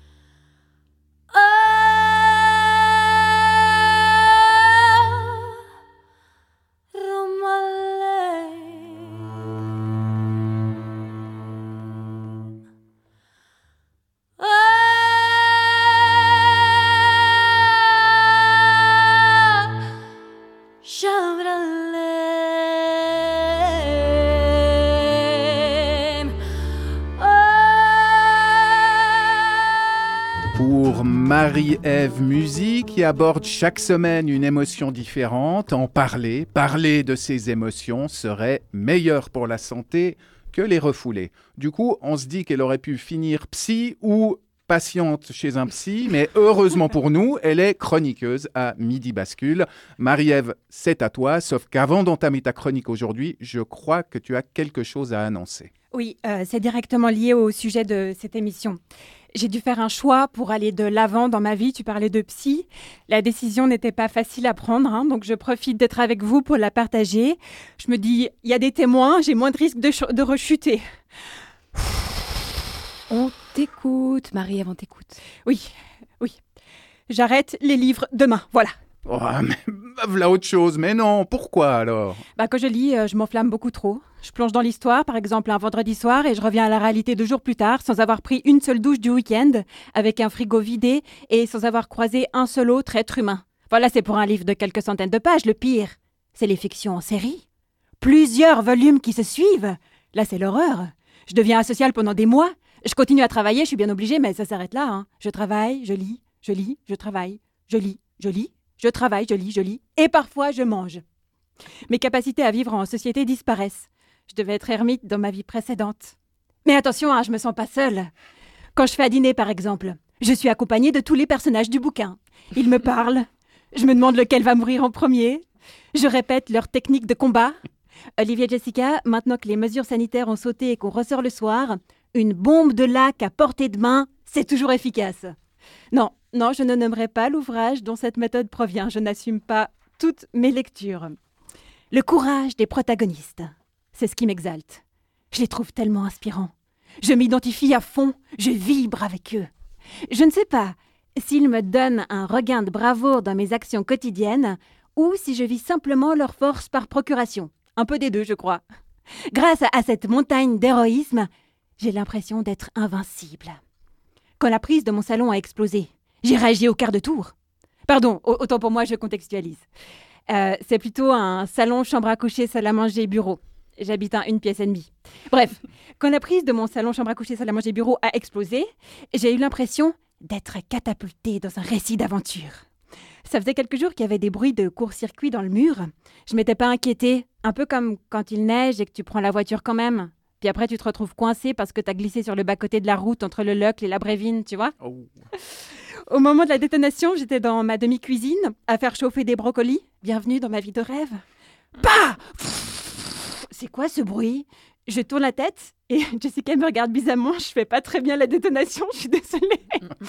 Pour Marie-Ève Musy, qui aborde chaque semaine une émotion différente, en parler, parler de ses émotions serait meilleur pour la santé que les refouler. Du coup, on se dit qu'elle aurait pu finir psy ou patiente chez un psy, mais heureusement pour nous, elle est chroniqueuse à Midi Bascule. Marie-Ève, c'est à toi, sauf qu'avant d'entamer ta chronique aujourd'hui, je crois que tu as quelque chose à annoncer. Oui, euh, c'est directement lié au sujet de cette émission. J'ai dû faire un choix pour aller de l'avant dans ma vie. Tu parlais de psy. La décision n'était pas facile à prendre, hein, donc je profite d'être avec vous pour la partager. Je me dis, il y a des témoins, j'ai moins de risques de, ch- de rechuter. On t'écoute, Marie-Ève, on t'écoute. Oui, oui. J'arrête les livres demain, voilà. Oh, mais voilà autre chose, mais non, pourquoi alors? Bah, quand je lis, euh, je m'enflamme beaucoup trop. Je plonge dans l'histoire, par exemple un vendredi soir, et je reviens à la réalité deux jours plus tard, sans avoir pris une seule douche du week-end, avec un frigo vidé, et sans avoir croisé un seul autre être humain. Voilà, c'est pour un livre de quelques centaines de pages. Le pire, c'est les fictions en série. Plusieurs volumes qui se suivent. Là, c'est l'horreur. Je deviens asociale pendant des mois. Je continue à travailler, je suis bien obligée, mais ça s'arrête là. Hein. Je travaille, je lis, je lis, je travaille. Je lis, je lis, je travaille, je lis, je lis, et parfois je mange. Mes capacités à vivre en société disparaissent. Je devais être ermite dans ma vie précédente. Mais attention, hein, je me sens pas seule. Quand je fais à dîner, par exemple, je suis accompagnée de tous les personnages du bouquin. Ils me parlent. Je me demande lequel va mourir en premier. Je répète leurs techniques de combat. Olivier et Jessica, maintenant que les mesures sanitaires ont sauté et qu'on ressort le soir, une bombe de lac à portée de main, c'est toujours efficace. Non, non, je ne nommerai pas l'ouvrage dont cette méthode provient. Je n'assume pas toutes mes lectures. Le courage des protagonistes, c'est ce qui m'exalte. Je les trouve tellement inspirants. Je m'identifie à fond, je vibre avec eux. Je ne sais pas s'ils me donnent un regain de bravoure dans mes actions quotidiennes ou si je vis simplement leur force par procuration. Un peu des deux, je crois. Grâce à cette montagne d'héroïsme, j'ai l'impression d'être invincible. Quand la prise de mon salon a explosé, j'ai réagi au quart de tour. Pardon, autant pour moi, je contextualise. Euh, c'est plutôt un salon, chambre à coucher, salle à manger, bureau. J'habite à une pièce et demie. Bref, quand la prise de mon salon, chambre à coucher, salle à manger, bureau a explosé, j'ai eu l'impression d'être catapultée dans un récit d'aventure. Ça faisait quelques jours qu'il y avait des bruits de court-circuit dans le mur. Je m'étais pas inquiétée, un peu comme quand il neige et que tu prends la voiture quand même. Puis après, tu te retrouves coincé parce que tu as glissé sur le bas-côté de la route entre le Locle et la Brévine, tu vois. Oh. Au moment de la détonation, j'étais dans ma demi-cuisine à faire chauffer des brocolis. Bienvenue dans ma vie de rêve. Bah! C'est quoi ce bruit? Je tourne la tête et Jessica me regarde bizarrement. Je fais pas très bien la détonation, je suis désolée.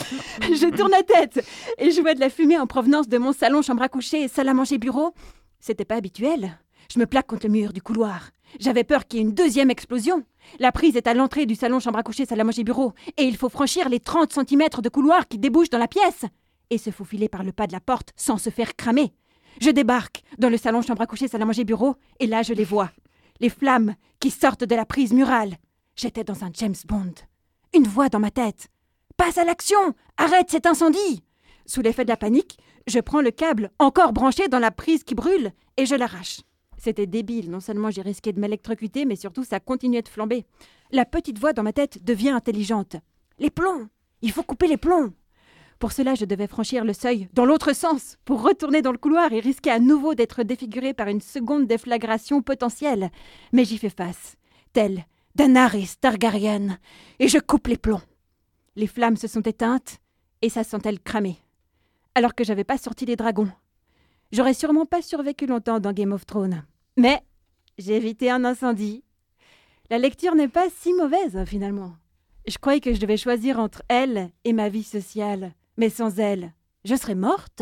Je tourne la tête et je vois de la fumée en provenance de mon salon, chambre à coucher et salle à manger, bureau. C'était pas habituel. Je me plaque contre le mur du couloir. J'avais peur qu'il y ait une deuxième explosion. La prise est à l'entrée du salon, chambre à coucher, salle à manger, bureau. Et il faut franchir les trente centimètres de couloir qui débouchent dans la pièce. Et se faufiler par le pas de la porte sans se faire cramer. Je débarque dans le salon, chambre à coucher, salle à manger, bureau. Et là, je les vois. Les flammes qui sortent de la prise murale. J'étais dans un James Bond. Une voix dans ma tête. Passe à l'action! Arrête cet incendie! Sous l'effet de la panique, je prends le câble encore branché dans la prise qui brûle et je l'arrache. C'était débile. Non seulement j'ai risqué de m'électrocuter, mais surtout ça continuait de flamber. La petite voix dans ma tête devient intelligente. Les plombs! Il faut couper les plombs! Pour cela, je devais franchir le seuil dans l'autre sens pour retourner dans le couloir et risquer à nouveau d'être défiguré par une seconde déflagration potentielle. Mais j'y fais face, tel Daenerys Targaryen, et je coupe les plombs. Les flammes se sont éteintes et ça sent-elle cramer. Alors que j'avais pas sorti les dragons. J'aurais sûrement pas survécu longtemps dans Game of Thrones. Mais j'ai évité un incendie. La lecture n'est pas si mauvaise, finalement. Je croyais que je devais choisir entre elle et ma vie sociale. Mais sans elle, je serais morte.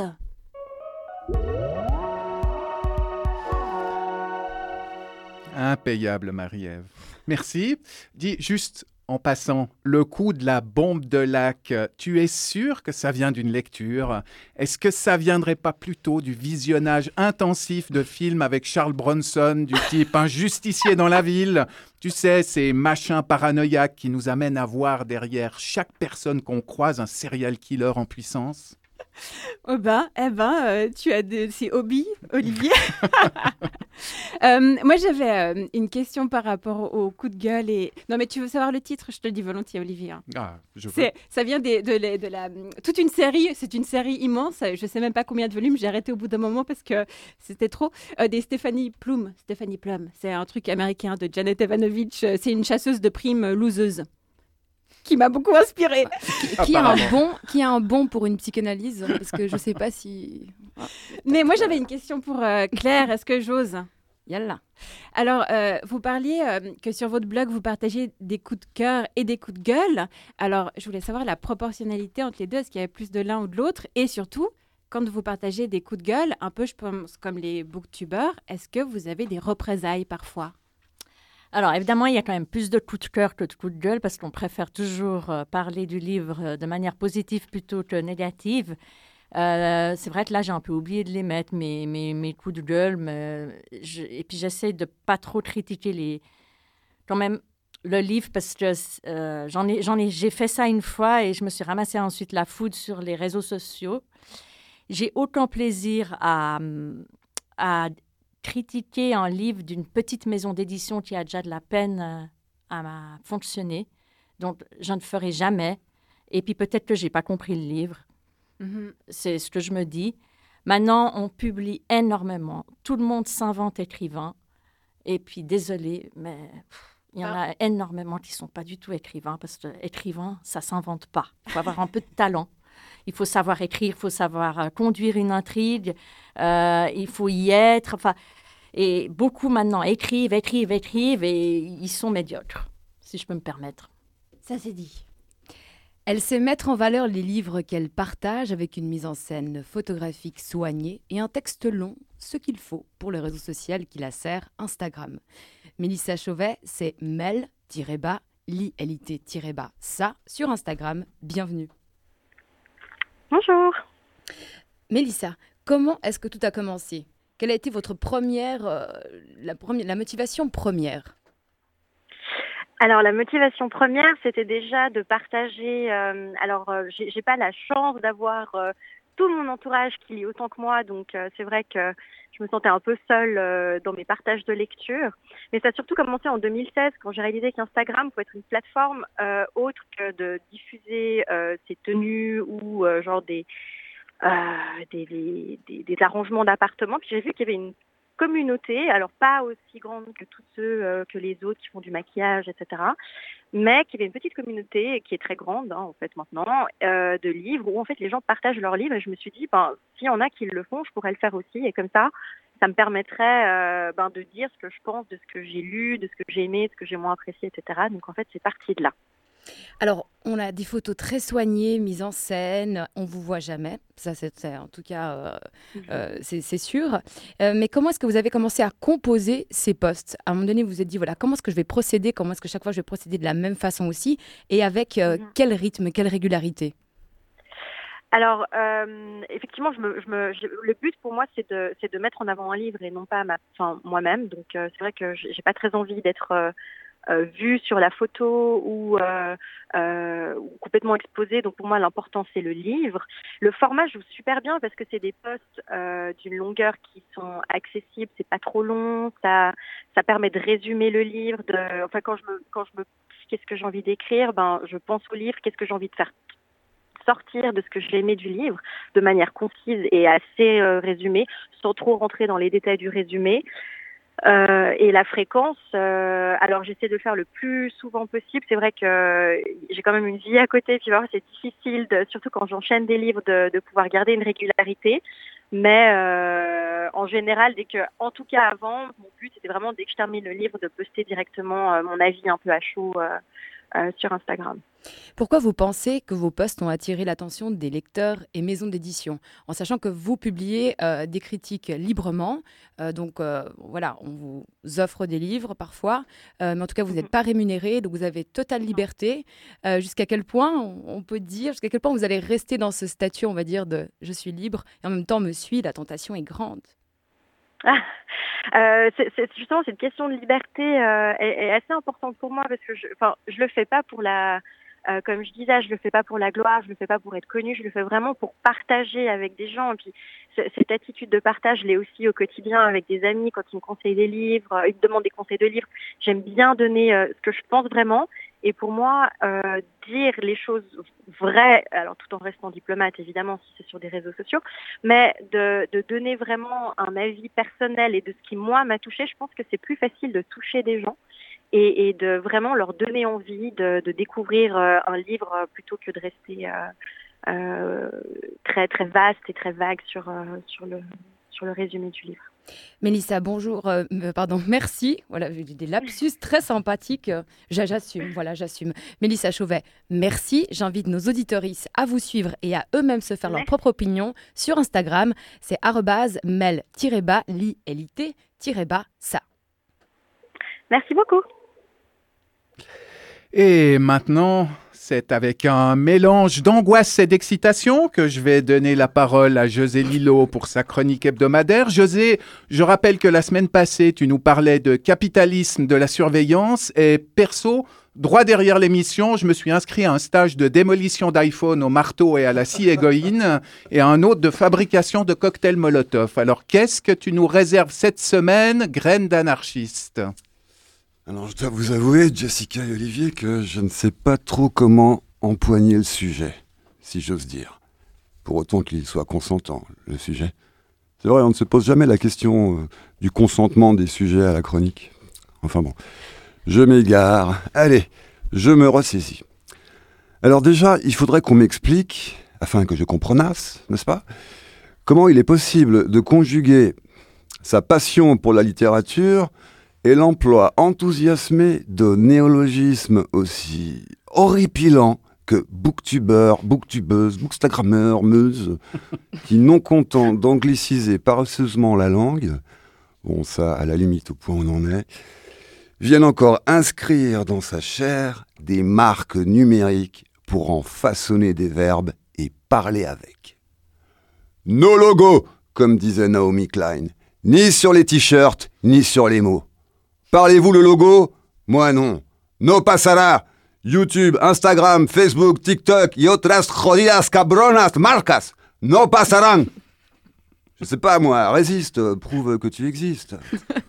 Impayable, Marie-Ève. Merci. Dis juste en passant, le coup de la bombe de lac, tu es sûr que ça vient d'une lecture? Est-ce que ça viendrait pas plutôt du visionnage intensif de films avec Charles Bronson, du type Un justicier dans la ville? Tu sais, ces machins paranoïaques qui nous amènent à voir derrière chaque personne qu'on croise un serial killer en puissance? Oh ben, eh ben, euh, tu as de ces hobbies, Olivier. euh, moi, j'avais euh, une question par rapport au coup de gueule. Et... Non, mais tu veux savoir le titre? Je te le dis volontiers, Olivier. Hein. Ah, je veux. C'est, ça vient des, de, la, de la... Toute une série, c'est une série immense. Je ne sais même pas combien de volumes. J'ai arrêté au bout d'un moment parce que c'était trop. Euh, des Stéphanie Plum. Stéphanie Plum. C'est un truc américain de Janet Evanovich. C'est une chasseuse de primes loseuse. Qui m'a beaucoup inspirée. Qui, qui, a un bon, qui a un bon pour une psychanalyse, parce que je ne sais pas si... Ah, mais moi, j'avais une question pour euh, Claire. Est-ce que j'ose? Yallah. Alors, euh, vous parliez euh, que sur votre blog, vous partagez des coups de cœur et des coups de gueule. Alors, je voulais savoir la proportionnalité entre les deux. Est-ce qu'il y avait plus de l'un ou de l'autre? Et surtout, quand vous partagez des coups de gueule, un peu, je pense, comme les booktubeurs, est-ce que vous avez des représailles parfois? Alors, évidemment, il y a quand même plus de coups de cœur que de coups de gueule parce qu'on préfère toujours euh, parler du livre euh, de manière positive plutôt que négative. Euh, c'est vrai que là, j'ai un peu oublié de les mettre, mes, mes, mes coups de gueule. Mais je, et puis, j'essaie de pas trop critiquer les, quand même le livre parce que euh, j'en ai, j'en ai, j'ai fait ça une fois et je me suis ramassée ensuite la foudre sur les réseaux sociaux. J'ai aucun plaisir à... à critiquer un livre d'une petite maison d'édition qui a déjà de la peine euh, à fonctionner. Donc, je ne ferai jamais. Et puis, peut-être que je n'ai pas compris le livre. Mm-hmm. C'est ce que je me dis. Maintenant, on publie énormément. Tout le monde s'invente écrivain. Et puis, désolé, mais pff, il y en ah. a énormément qui ne sont pas du tout écrivains, parce que écrivain, ça ne s'invente pas. Il faut avoir un peu de talent. Il faut savoir écrire, il faut savoir euh, conduire une intrigue, euh, il faut y être. Enfin, et beaucoup maintenant écrivent, écrivent, écrivent, et ils sont médiocres, si je peux me permettre. Ça, c'est dit. Elle sait mettre en valeur les livres qu'elle partage avec une mise en scène photographique soignée et un texte long, ce qu'il faut pour le réseau social qui la sert, Instagram. Mélissa Chauvet, c'est mel-bas, li-lit-bas, ça, sur Instagram. Bienvenue. Bonjour. Mélissa, comment est-ce que tout a commencé ? Quelle a été votre première, euh, la, première, la motivation première ? Alors la motivation première, c'était déjà de partager. Euh, alors euh, j'ai, j'ai pas la chance d'avoir euh, tout mon entourage qui lit autant que moi, donc euh, c'est vrai que je me sentais un peu seule euh, dans mes partages de lecture. Mais ça a surtout commencé en deux mille seize quand j'ai réalisé qu'Instagram pouvait être une plateforme euh, autre que de diffuser euh, ses tenues ou euh, genre des, euh, des, des, des, des arrangements d'appartements. Puis j'ai vu qu'il y avait une communauté, alors pas aussi grande que tous ceux euh, que les autres qui font du maquillage, et cetera, mais qu'il y avait une petite communauté qui est très grande hein, en fait maintenant, euh, de livres où en fait les gens partagent leurs livres et je me suis dit, ben, s'il y en a qui le font, je pourrais le faire aussi et comme ça, ça me permettrait euh, ben, de dire ce que je pense, de ce que j'ai lu, de ce que j'ai aimé, de ce que j'ai moins apprécié, et cetera. Donc en fait c'est parti de là. Alors, on a des photos très soignées, mises en scène, on ne vous voit jamais, ça c'est, c'est en tout cas, euh, mmh. euh, c'est, c'est sûr. Euh, mais comment est-ce que vous avez commencé à composer ces posts ? À un moment donné, vous vous êtes dit, voilà, comment est-ce que je vais procéder ? Comment est-ce que chaque fois je vais procéder de la même façon aussi ? Et avec euh, mmh. quel rythme, quelle régularité ? Alors, euh, effectivement, je me, je me, je, le but pour moi, c'est de, c'est de mettre en avant un livre et non pas ma, enfin, moi-même. Donc, euh, c'est vrai que j'ai pas très envie d'être... Euh, Euh, vue sur la photo ou, euh, euh, ou complètement exposée. Donc pour moi, l'important, c'est le livre. Le format joue super bien parce que c'est des posts euh, d'une longueur qui sont accessibles. C'est pas trop long. Ça, ça permet de résumer le livre. De, enfin, quand je me, quand je me, qu'est-ce que j'ai envie d'écrire, ben, je pense au livre. Qu'est-ce que j'ai envie de faire sortir de ce que j'ai aimé du livre de manière concise et assez euh, résumée, sans trop rentrer dans les détails du résumé. Euh, et la fréquence, euh, alors j'essaie de le faire le plus souvent possible. C'est vrai que euh, j'ai quand même une vie à côté, puis voilà, c'est difficile, de, surtout quand j'enchaîne des livres, de, de pouvoir garder une régularité. Mais euh, en général, dès que, en tout cas avant, mon but c'était vraiment dès que je termine le livre de poster directement euh, mon avis un peu à chaud euh, euh, sur Instagram. Pourquoi vous pensez que vos posts ont attiré l'attention des lecteurs et maisons d'édition, en sachant que vous publiez euh, des critiques librement, euh, donc euh, voilà, on vous offre des livres parfois, euh, mais en tout cas vous n'êtes pas rémunéré, donc vous avez totale liberté. Euh, jusqu'à quel point on, on peut dire, jusqu'à quel point vous allez rester dans ce statut, on va dire, de je suis libre et en même temps me suis, la tentation est grande. Ah, euh, c'est, c'est, justement, cette question de liberté euh, est, est assez importante pour moi parce que je, enfin, je le fais pas pour la, euh, comme je disais, je le fais pas pour la gloire, je le fais pas pour être connue, je le fais vraiment pour partager avec des gens. Et puis cette attitude de partage, je l'ai aussi au quotidien avec des amis quand ils me conseillent des livres, ils me demandent des conseils de livres. J'aime bien donner euh, ce que je pense vraiment. Et pour moi, euh, dire les choses vraies, alors tout en restant diplomate évidemment si c'est sur des réseaux sociaux, mais de, de donner vraiment un avis personnel et de ce qui moi m'a touché, je pense que c'est plus facile de toucher des gens et, et de vraiment leur donner envie de, de découvrir euh, un livre plutôt que de rester euh, euh, très très vaste et très vague sur euh, sur le sur le résumé du livre. Mélissa, bonjour, euh, pardon, merci. Voilà, j'ai des lapsus très sympathiques. J'assume, voilà, j'assume. Mélissa Chauvet, merci. J'invite nos auditorices à vous suivre et à eux-mêmes se faire leur propre opinion sur Instagram. C'est arobase mel-bas, li-lit-bas, ça. Merci beaucoup. Et maintenant, c'est avec un mélange d'angoisse et d'excitation que je vais donner la parole à José Lillo pour sa chronique hebdomadaire. José, je rappelle que la semaine passée, tu nous parlais de capitalisme de la surveillance et perso, droit derrière l'émission, je me suis inscrit à un stage de démolition d'iPhone au marteau et à la scie égoïne et à un autre de fabrication de cocktails Molotov. Alors, qu'est-ce que tu nous réserves cette semaine, graine d'anarchiste ? Alors, je dois vous avouer, Jessica et Olivier, que je ne sais pas trop comment empoigner le sujet, si j'ose dire. pour autant qu'il soit consentant, le sujet. C'est vrai, on ne se pose jamais la question euh, du consentement des sujets à la chronique. Enfin bon, je m'égare. Allez, je me ressaisis. Alors déjà, il faudrait qu'on m'explique, afin que je comprenasse, n'est-ce pas, comment il est possible de conjuguer sa passion pour la littérature et l'emploi enthousiasmé de néologismes aussi horripilants que booktubeur, booktubeuse, bookstagrammeur, meuse, qui, non content d'angliciser paresseusement la langue, bon ça à la limite au point où on en est, viennent encore inscrire dans sa chair des marques numériques pour en façonner des verbes et parler avec. No logo, comme disait Naomi Klein, ni sur les t-shirts, ni sur les mots. Parlez-vous le logo? Moi non. No pasará. YouTube, Instagram, Facebook, TikTok y otras jodidas cabronas marcas. No pasarán. Je sais pas moi, résiste, prouve que tu existes.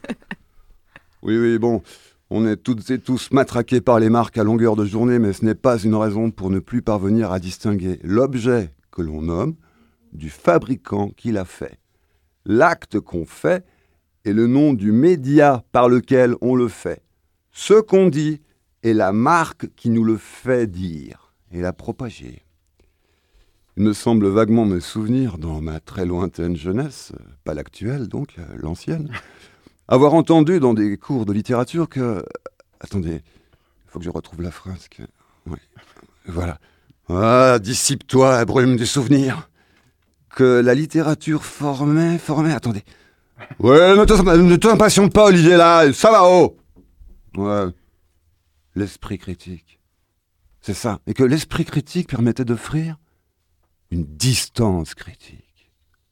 Oui, oui, bon, on est toutes et tous matraqués par les marques à longueur de journée, mais ce n'est pas une raison pour ne plus parvenir à distinguer l'objet que l'on nomme du fabricant qui l'a fait. L'acte qu'on fait est le nom du média par lequel on le fait. Ce qu'on dit est la marque qui nous le fait dire et la propager. Il me semble vaguement me souvenir, dans ma très lointaine jeunesse, pas l'actuelle donc, l'ancienne, avoir entendu dans des cours de littérature que... Attendez, il faut que je retrouve la phrase. Que... Oui, voilà. Ah, dissipe-toi, brume du souvenir. Que la littérature formait... formait... Attendez. Ouais, ne, ne t'impatiente pas, Olivier, là. Ça va, oh. Ouais. L'esprit critique. C'est ça. Et que l'esprit critique permettait d'offrir une distance critique.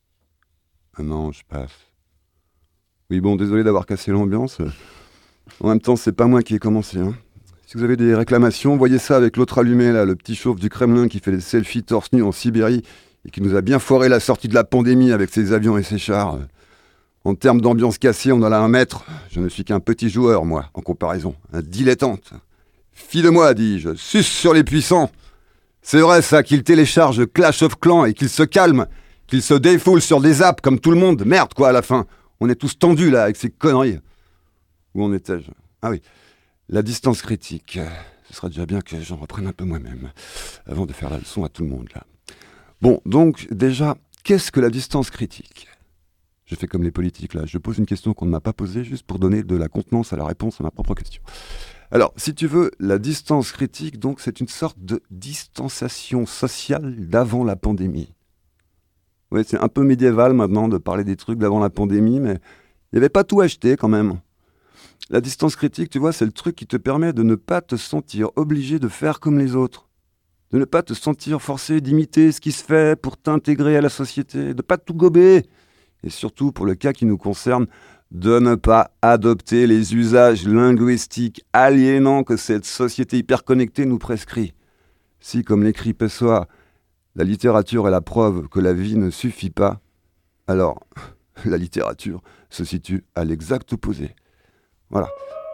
Un ange passe. Oui, bon, désolé d'avoir cassé l'ambiance. En même temps, c'est pas moi qui ai commencé. Hein. Si vous avez des réclamations, voyez ça avec l'autre allumé, là, le petit chauve du Kremlin qui fait des selfies torse nu en Sibérie et qui nous a bien foiré la sortie de la pandémie avec ses avions et ses chars. En termes d'ambiance cassée, on en a un maître. Je ne suis qu'un petit joueur, moi, en comparaison. Un dilettante. Fille de moi, dis-je, suce sur les puissants. C'est vrai, ça, qu'il télécharge Clash of Clans et qu'il se calme, qu'il se défoule sur des apps comme tout le monde. Merde, quoi, à la fin. On est tous tendus, là, avec ces conneries. Où en étais-je? Ah oui, la distance critique. Ce serait déjà bien que j'en reprenne un peu moi-même, avant de faire la leçon à tout le monde, là. Bon, donc, déjà, qu'est-ce que la distance critique? Je fais comme les politiques, là. Je pose une question qu'on ne m'a pas posée, juste pour donner de la contenance à la réponse à ma propre question. Alors, si tu veux, la distance critique, donc, c'est une sorte de distanciation sociale d'avant la pandémie. Oui, c'est un peu médiéval maintenant de parler des trucs d'avant la pandémie, mais il n'y avait pas tout acheté quand même. La distance critique, tu vois, c'est le truc qui te permet de ne pas te sentir obligé de faire comme les autres, de ne pas te sentir forcé d'imiter ce qui se fait pour t'intégrer à la société, de ne pas tout gober, et surtout, pour le cas qui nous concerne, de ne pas adopter les usages linguistiques aliénants que cette société hyper connectée nous prescrit. Si, comme l'écrit Pessoa, la littérature est la preuve que la vie ne suffit pas, alors la littérature se situe à l'exact opposé. Voilà.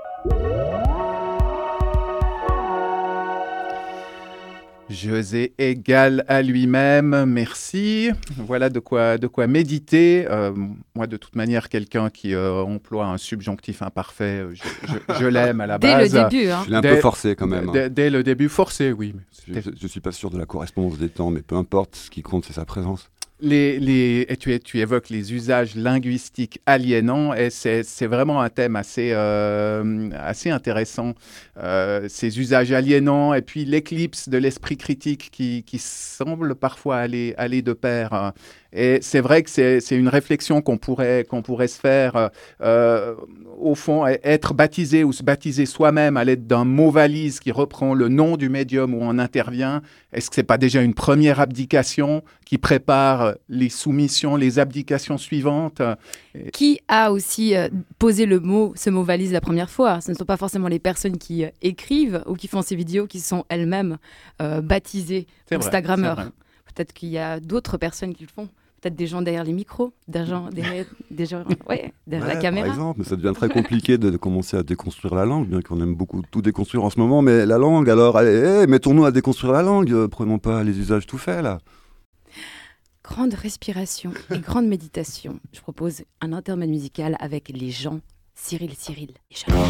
José égal à lui-même, merci. Voilà de quoi, de quoi méditer. Euh, moi, de toute manière, quelqu'un qui euh, emploie un subjonctif imparfait, je, je, je l'aime à la base. Dès le début. Hein. Je l'ai un dès, peu forcé quand même. Dès, dès le début, forcé, oui. Je ne suis pas sûr de la correspondance des temps, mais peu importe, ce qui compte, c'est sa présence. Les, les, et tu, tu évoques les usages linguistiques aliénants, et c'est, c'est vraiment un thème assez, euh, assez intéressant. Euh, ces usages aliénants, et puis l'éclipse de l'esprit critique qui, qui semble parfois aller, aller de pair. Et c'est vrai que c'est, c'est une réflexion qu'on pourrait, qu'on pourrait se faire, euh, au fond, être baptisé ou se baptiser soi-même à l'aide d'un mot valise qui reprend le nom du médium où on intervient. Est-ce que ce n'est pas déjà une première abdication qui prépare les soumissions, les abdications suivantes? Qui a aussi euh, posé le mot, ce mot valise la première fois? Ce ne sont pas forcément les personnes qui euh, écrivent ou qui font ces vidéos qui sont elles-mêmes euh, baptisées Instagrammeurs. Peut-être qu'il y a d'autres personnes qui le font. Peut-être des gens derrière les micros, des gens, des, des gens ouais, derrière ouais, la caméra. Par exemple, mais ça devient très compliqué de, de commencer à déconstruire la langue, bien qu'on aime beaucoup tout déconstruire en ce moment. Mais la langue, alors, allez, hey, mettons-nous à déconstruire la langue. Prenons pas les usages tout faits, là. grande respiration et grande méditation, je propose un intermède musical avec les gens, Cyril, Cyril et Chanel.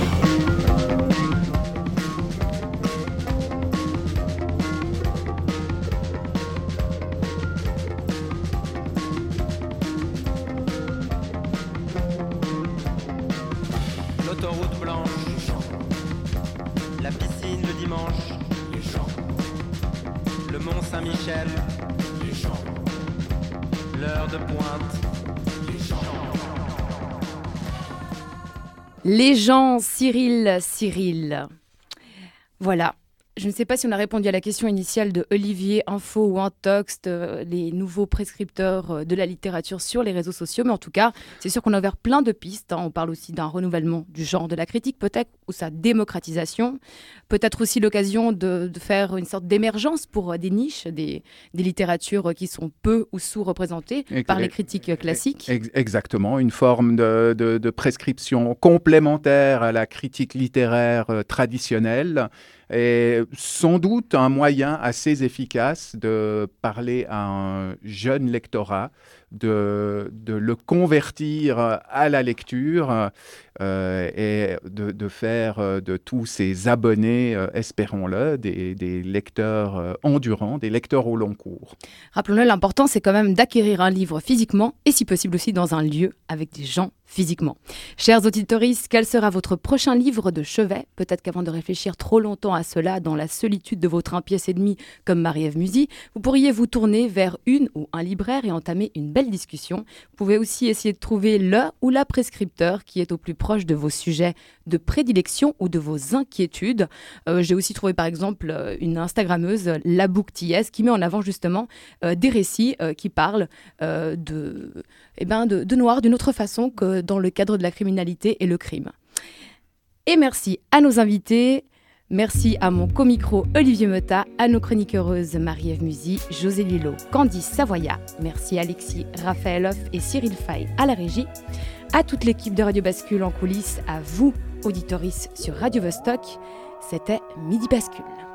L'autoroute blanche, la piscine le dimanche, les gens. Le Mont Saint-Michel, les gens. L'heure de pointe, les gens. Les gens, Cyril, Cyril. Voilà. Je ne sais pas si on a répondu à la question initiale de Olivier Info ou Intox, euh, les nouveaux prescripteurs euh, de la littérature sur les réseaux sociaux. Mais en tout cas, c'est sûr qu'on a ouvert plein de pistes. Hein. On parle aussi d'un renouvellement du genre de la critique, peut-être, ou sa démocratisation. Peut-être aussi l'occasion de, de faire une sorte d'émergence pour euh, des niches, des, des littératures qui sont peu ou sous-représentées Ex- par les critiques classiques. Ex- exactement, une forme de, de, de prescription complémentaire à la critique littéraire euh, traditionnelle. Et sans doute un moyen assez efficace de parler à un jeune lectorat, de, de le convertir à la lecture euh, et de, de faire de tous ces abonnés, euh, espérons-le, des, des lecteurs euh, endurants, des lecteurs au long cours. Rappelons-le, l'important, c'est quand même d'acquérir un livre physiquement et si possible aussi dans un lieu avec des gens physiquement. Chers auditeurs, quel sera votre prochain livre de chevet ? Peut-être qu'avant de réfléchir trop longtemps à cela dans la solitude de votre un pièce et demi comme Marie-Ève Musy, vous pourriez vous tourner vers une ou un libraire et entamer une belle discussion. Vous pouvez aussi essayer de trouver le ou la prescripteur qui est au plus proche de vos sujets de prédilection ou de vos inquiétudes. Euh, j'ai aussi trouvé par exemple une Instagrammeuse, La Bouctillesse, qui met en avant justement euh, des récits euh, qui parlent euh, de, eh ben de, de noir d'une autre façon que dans le cadre de la criminalité et le crime. Et merci à nos invités. Merci à mon co-micro Olivier Meta, à nos chroniqueuses Marie-Ève Musy, José Lillo, Candice Savoya. Merci Alexis Raphaëloff et Cyril Fay à la régie. À toute l'équipe de Radio Bascule en coulisses, à vous, auditoris sur Radio Vostok. C'était Midi Bascule.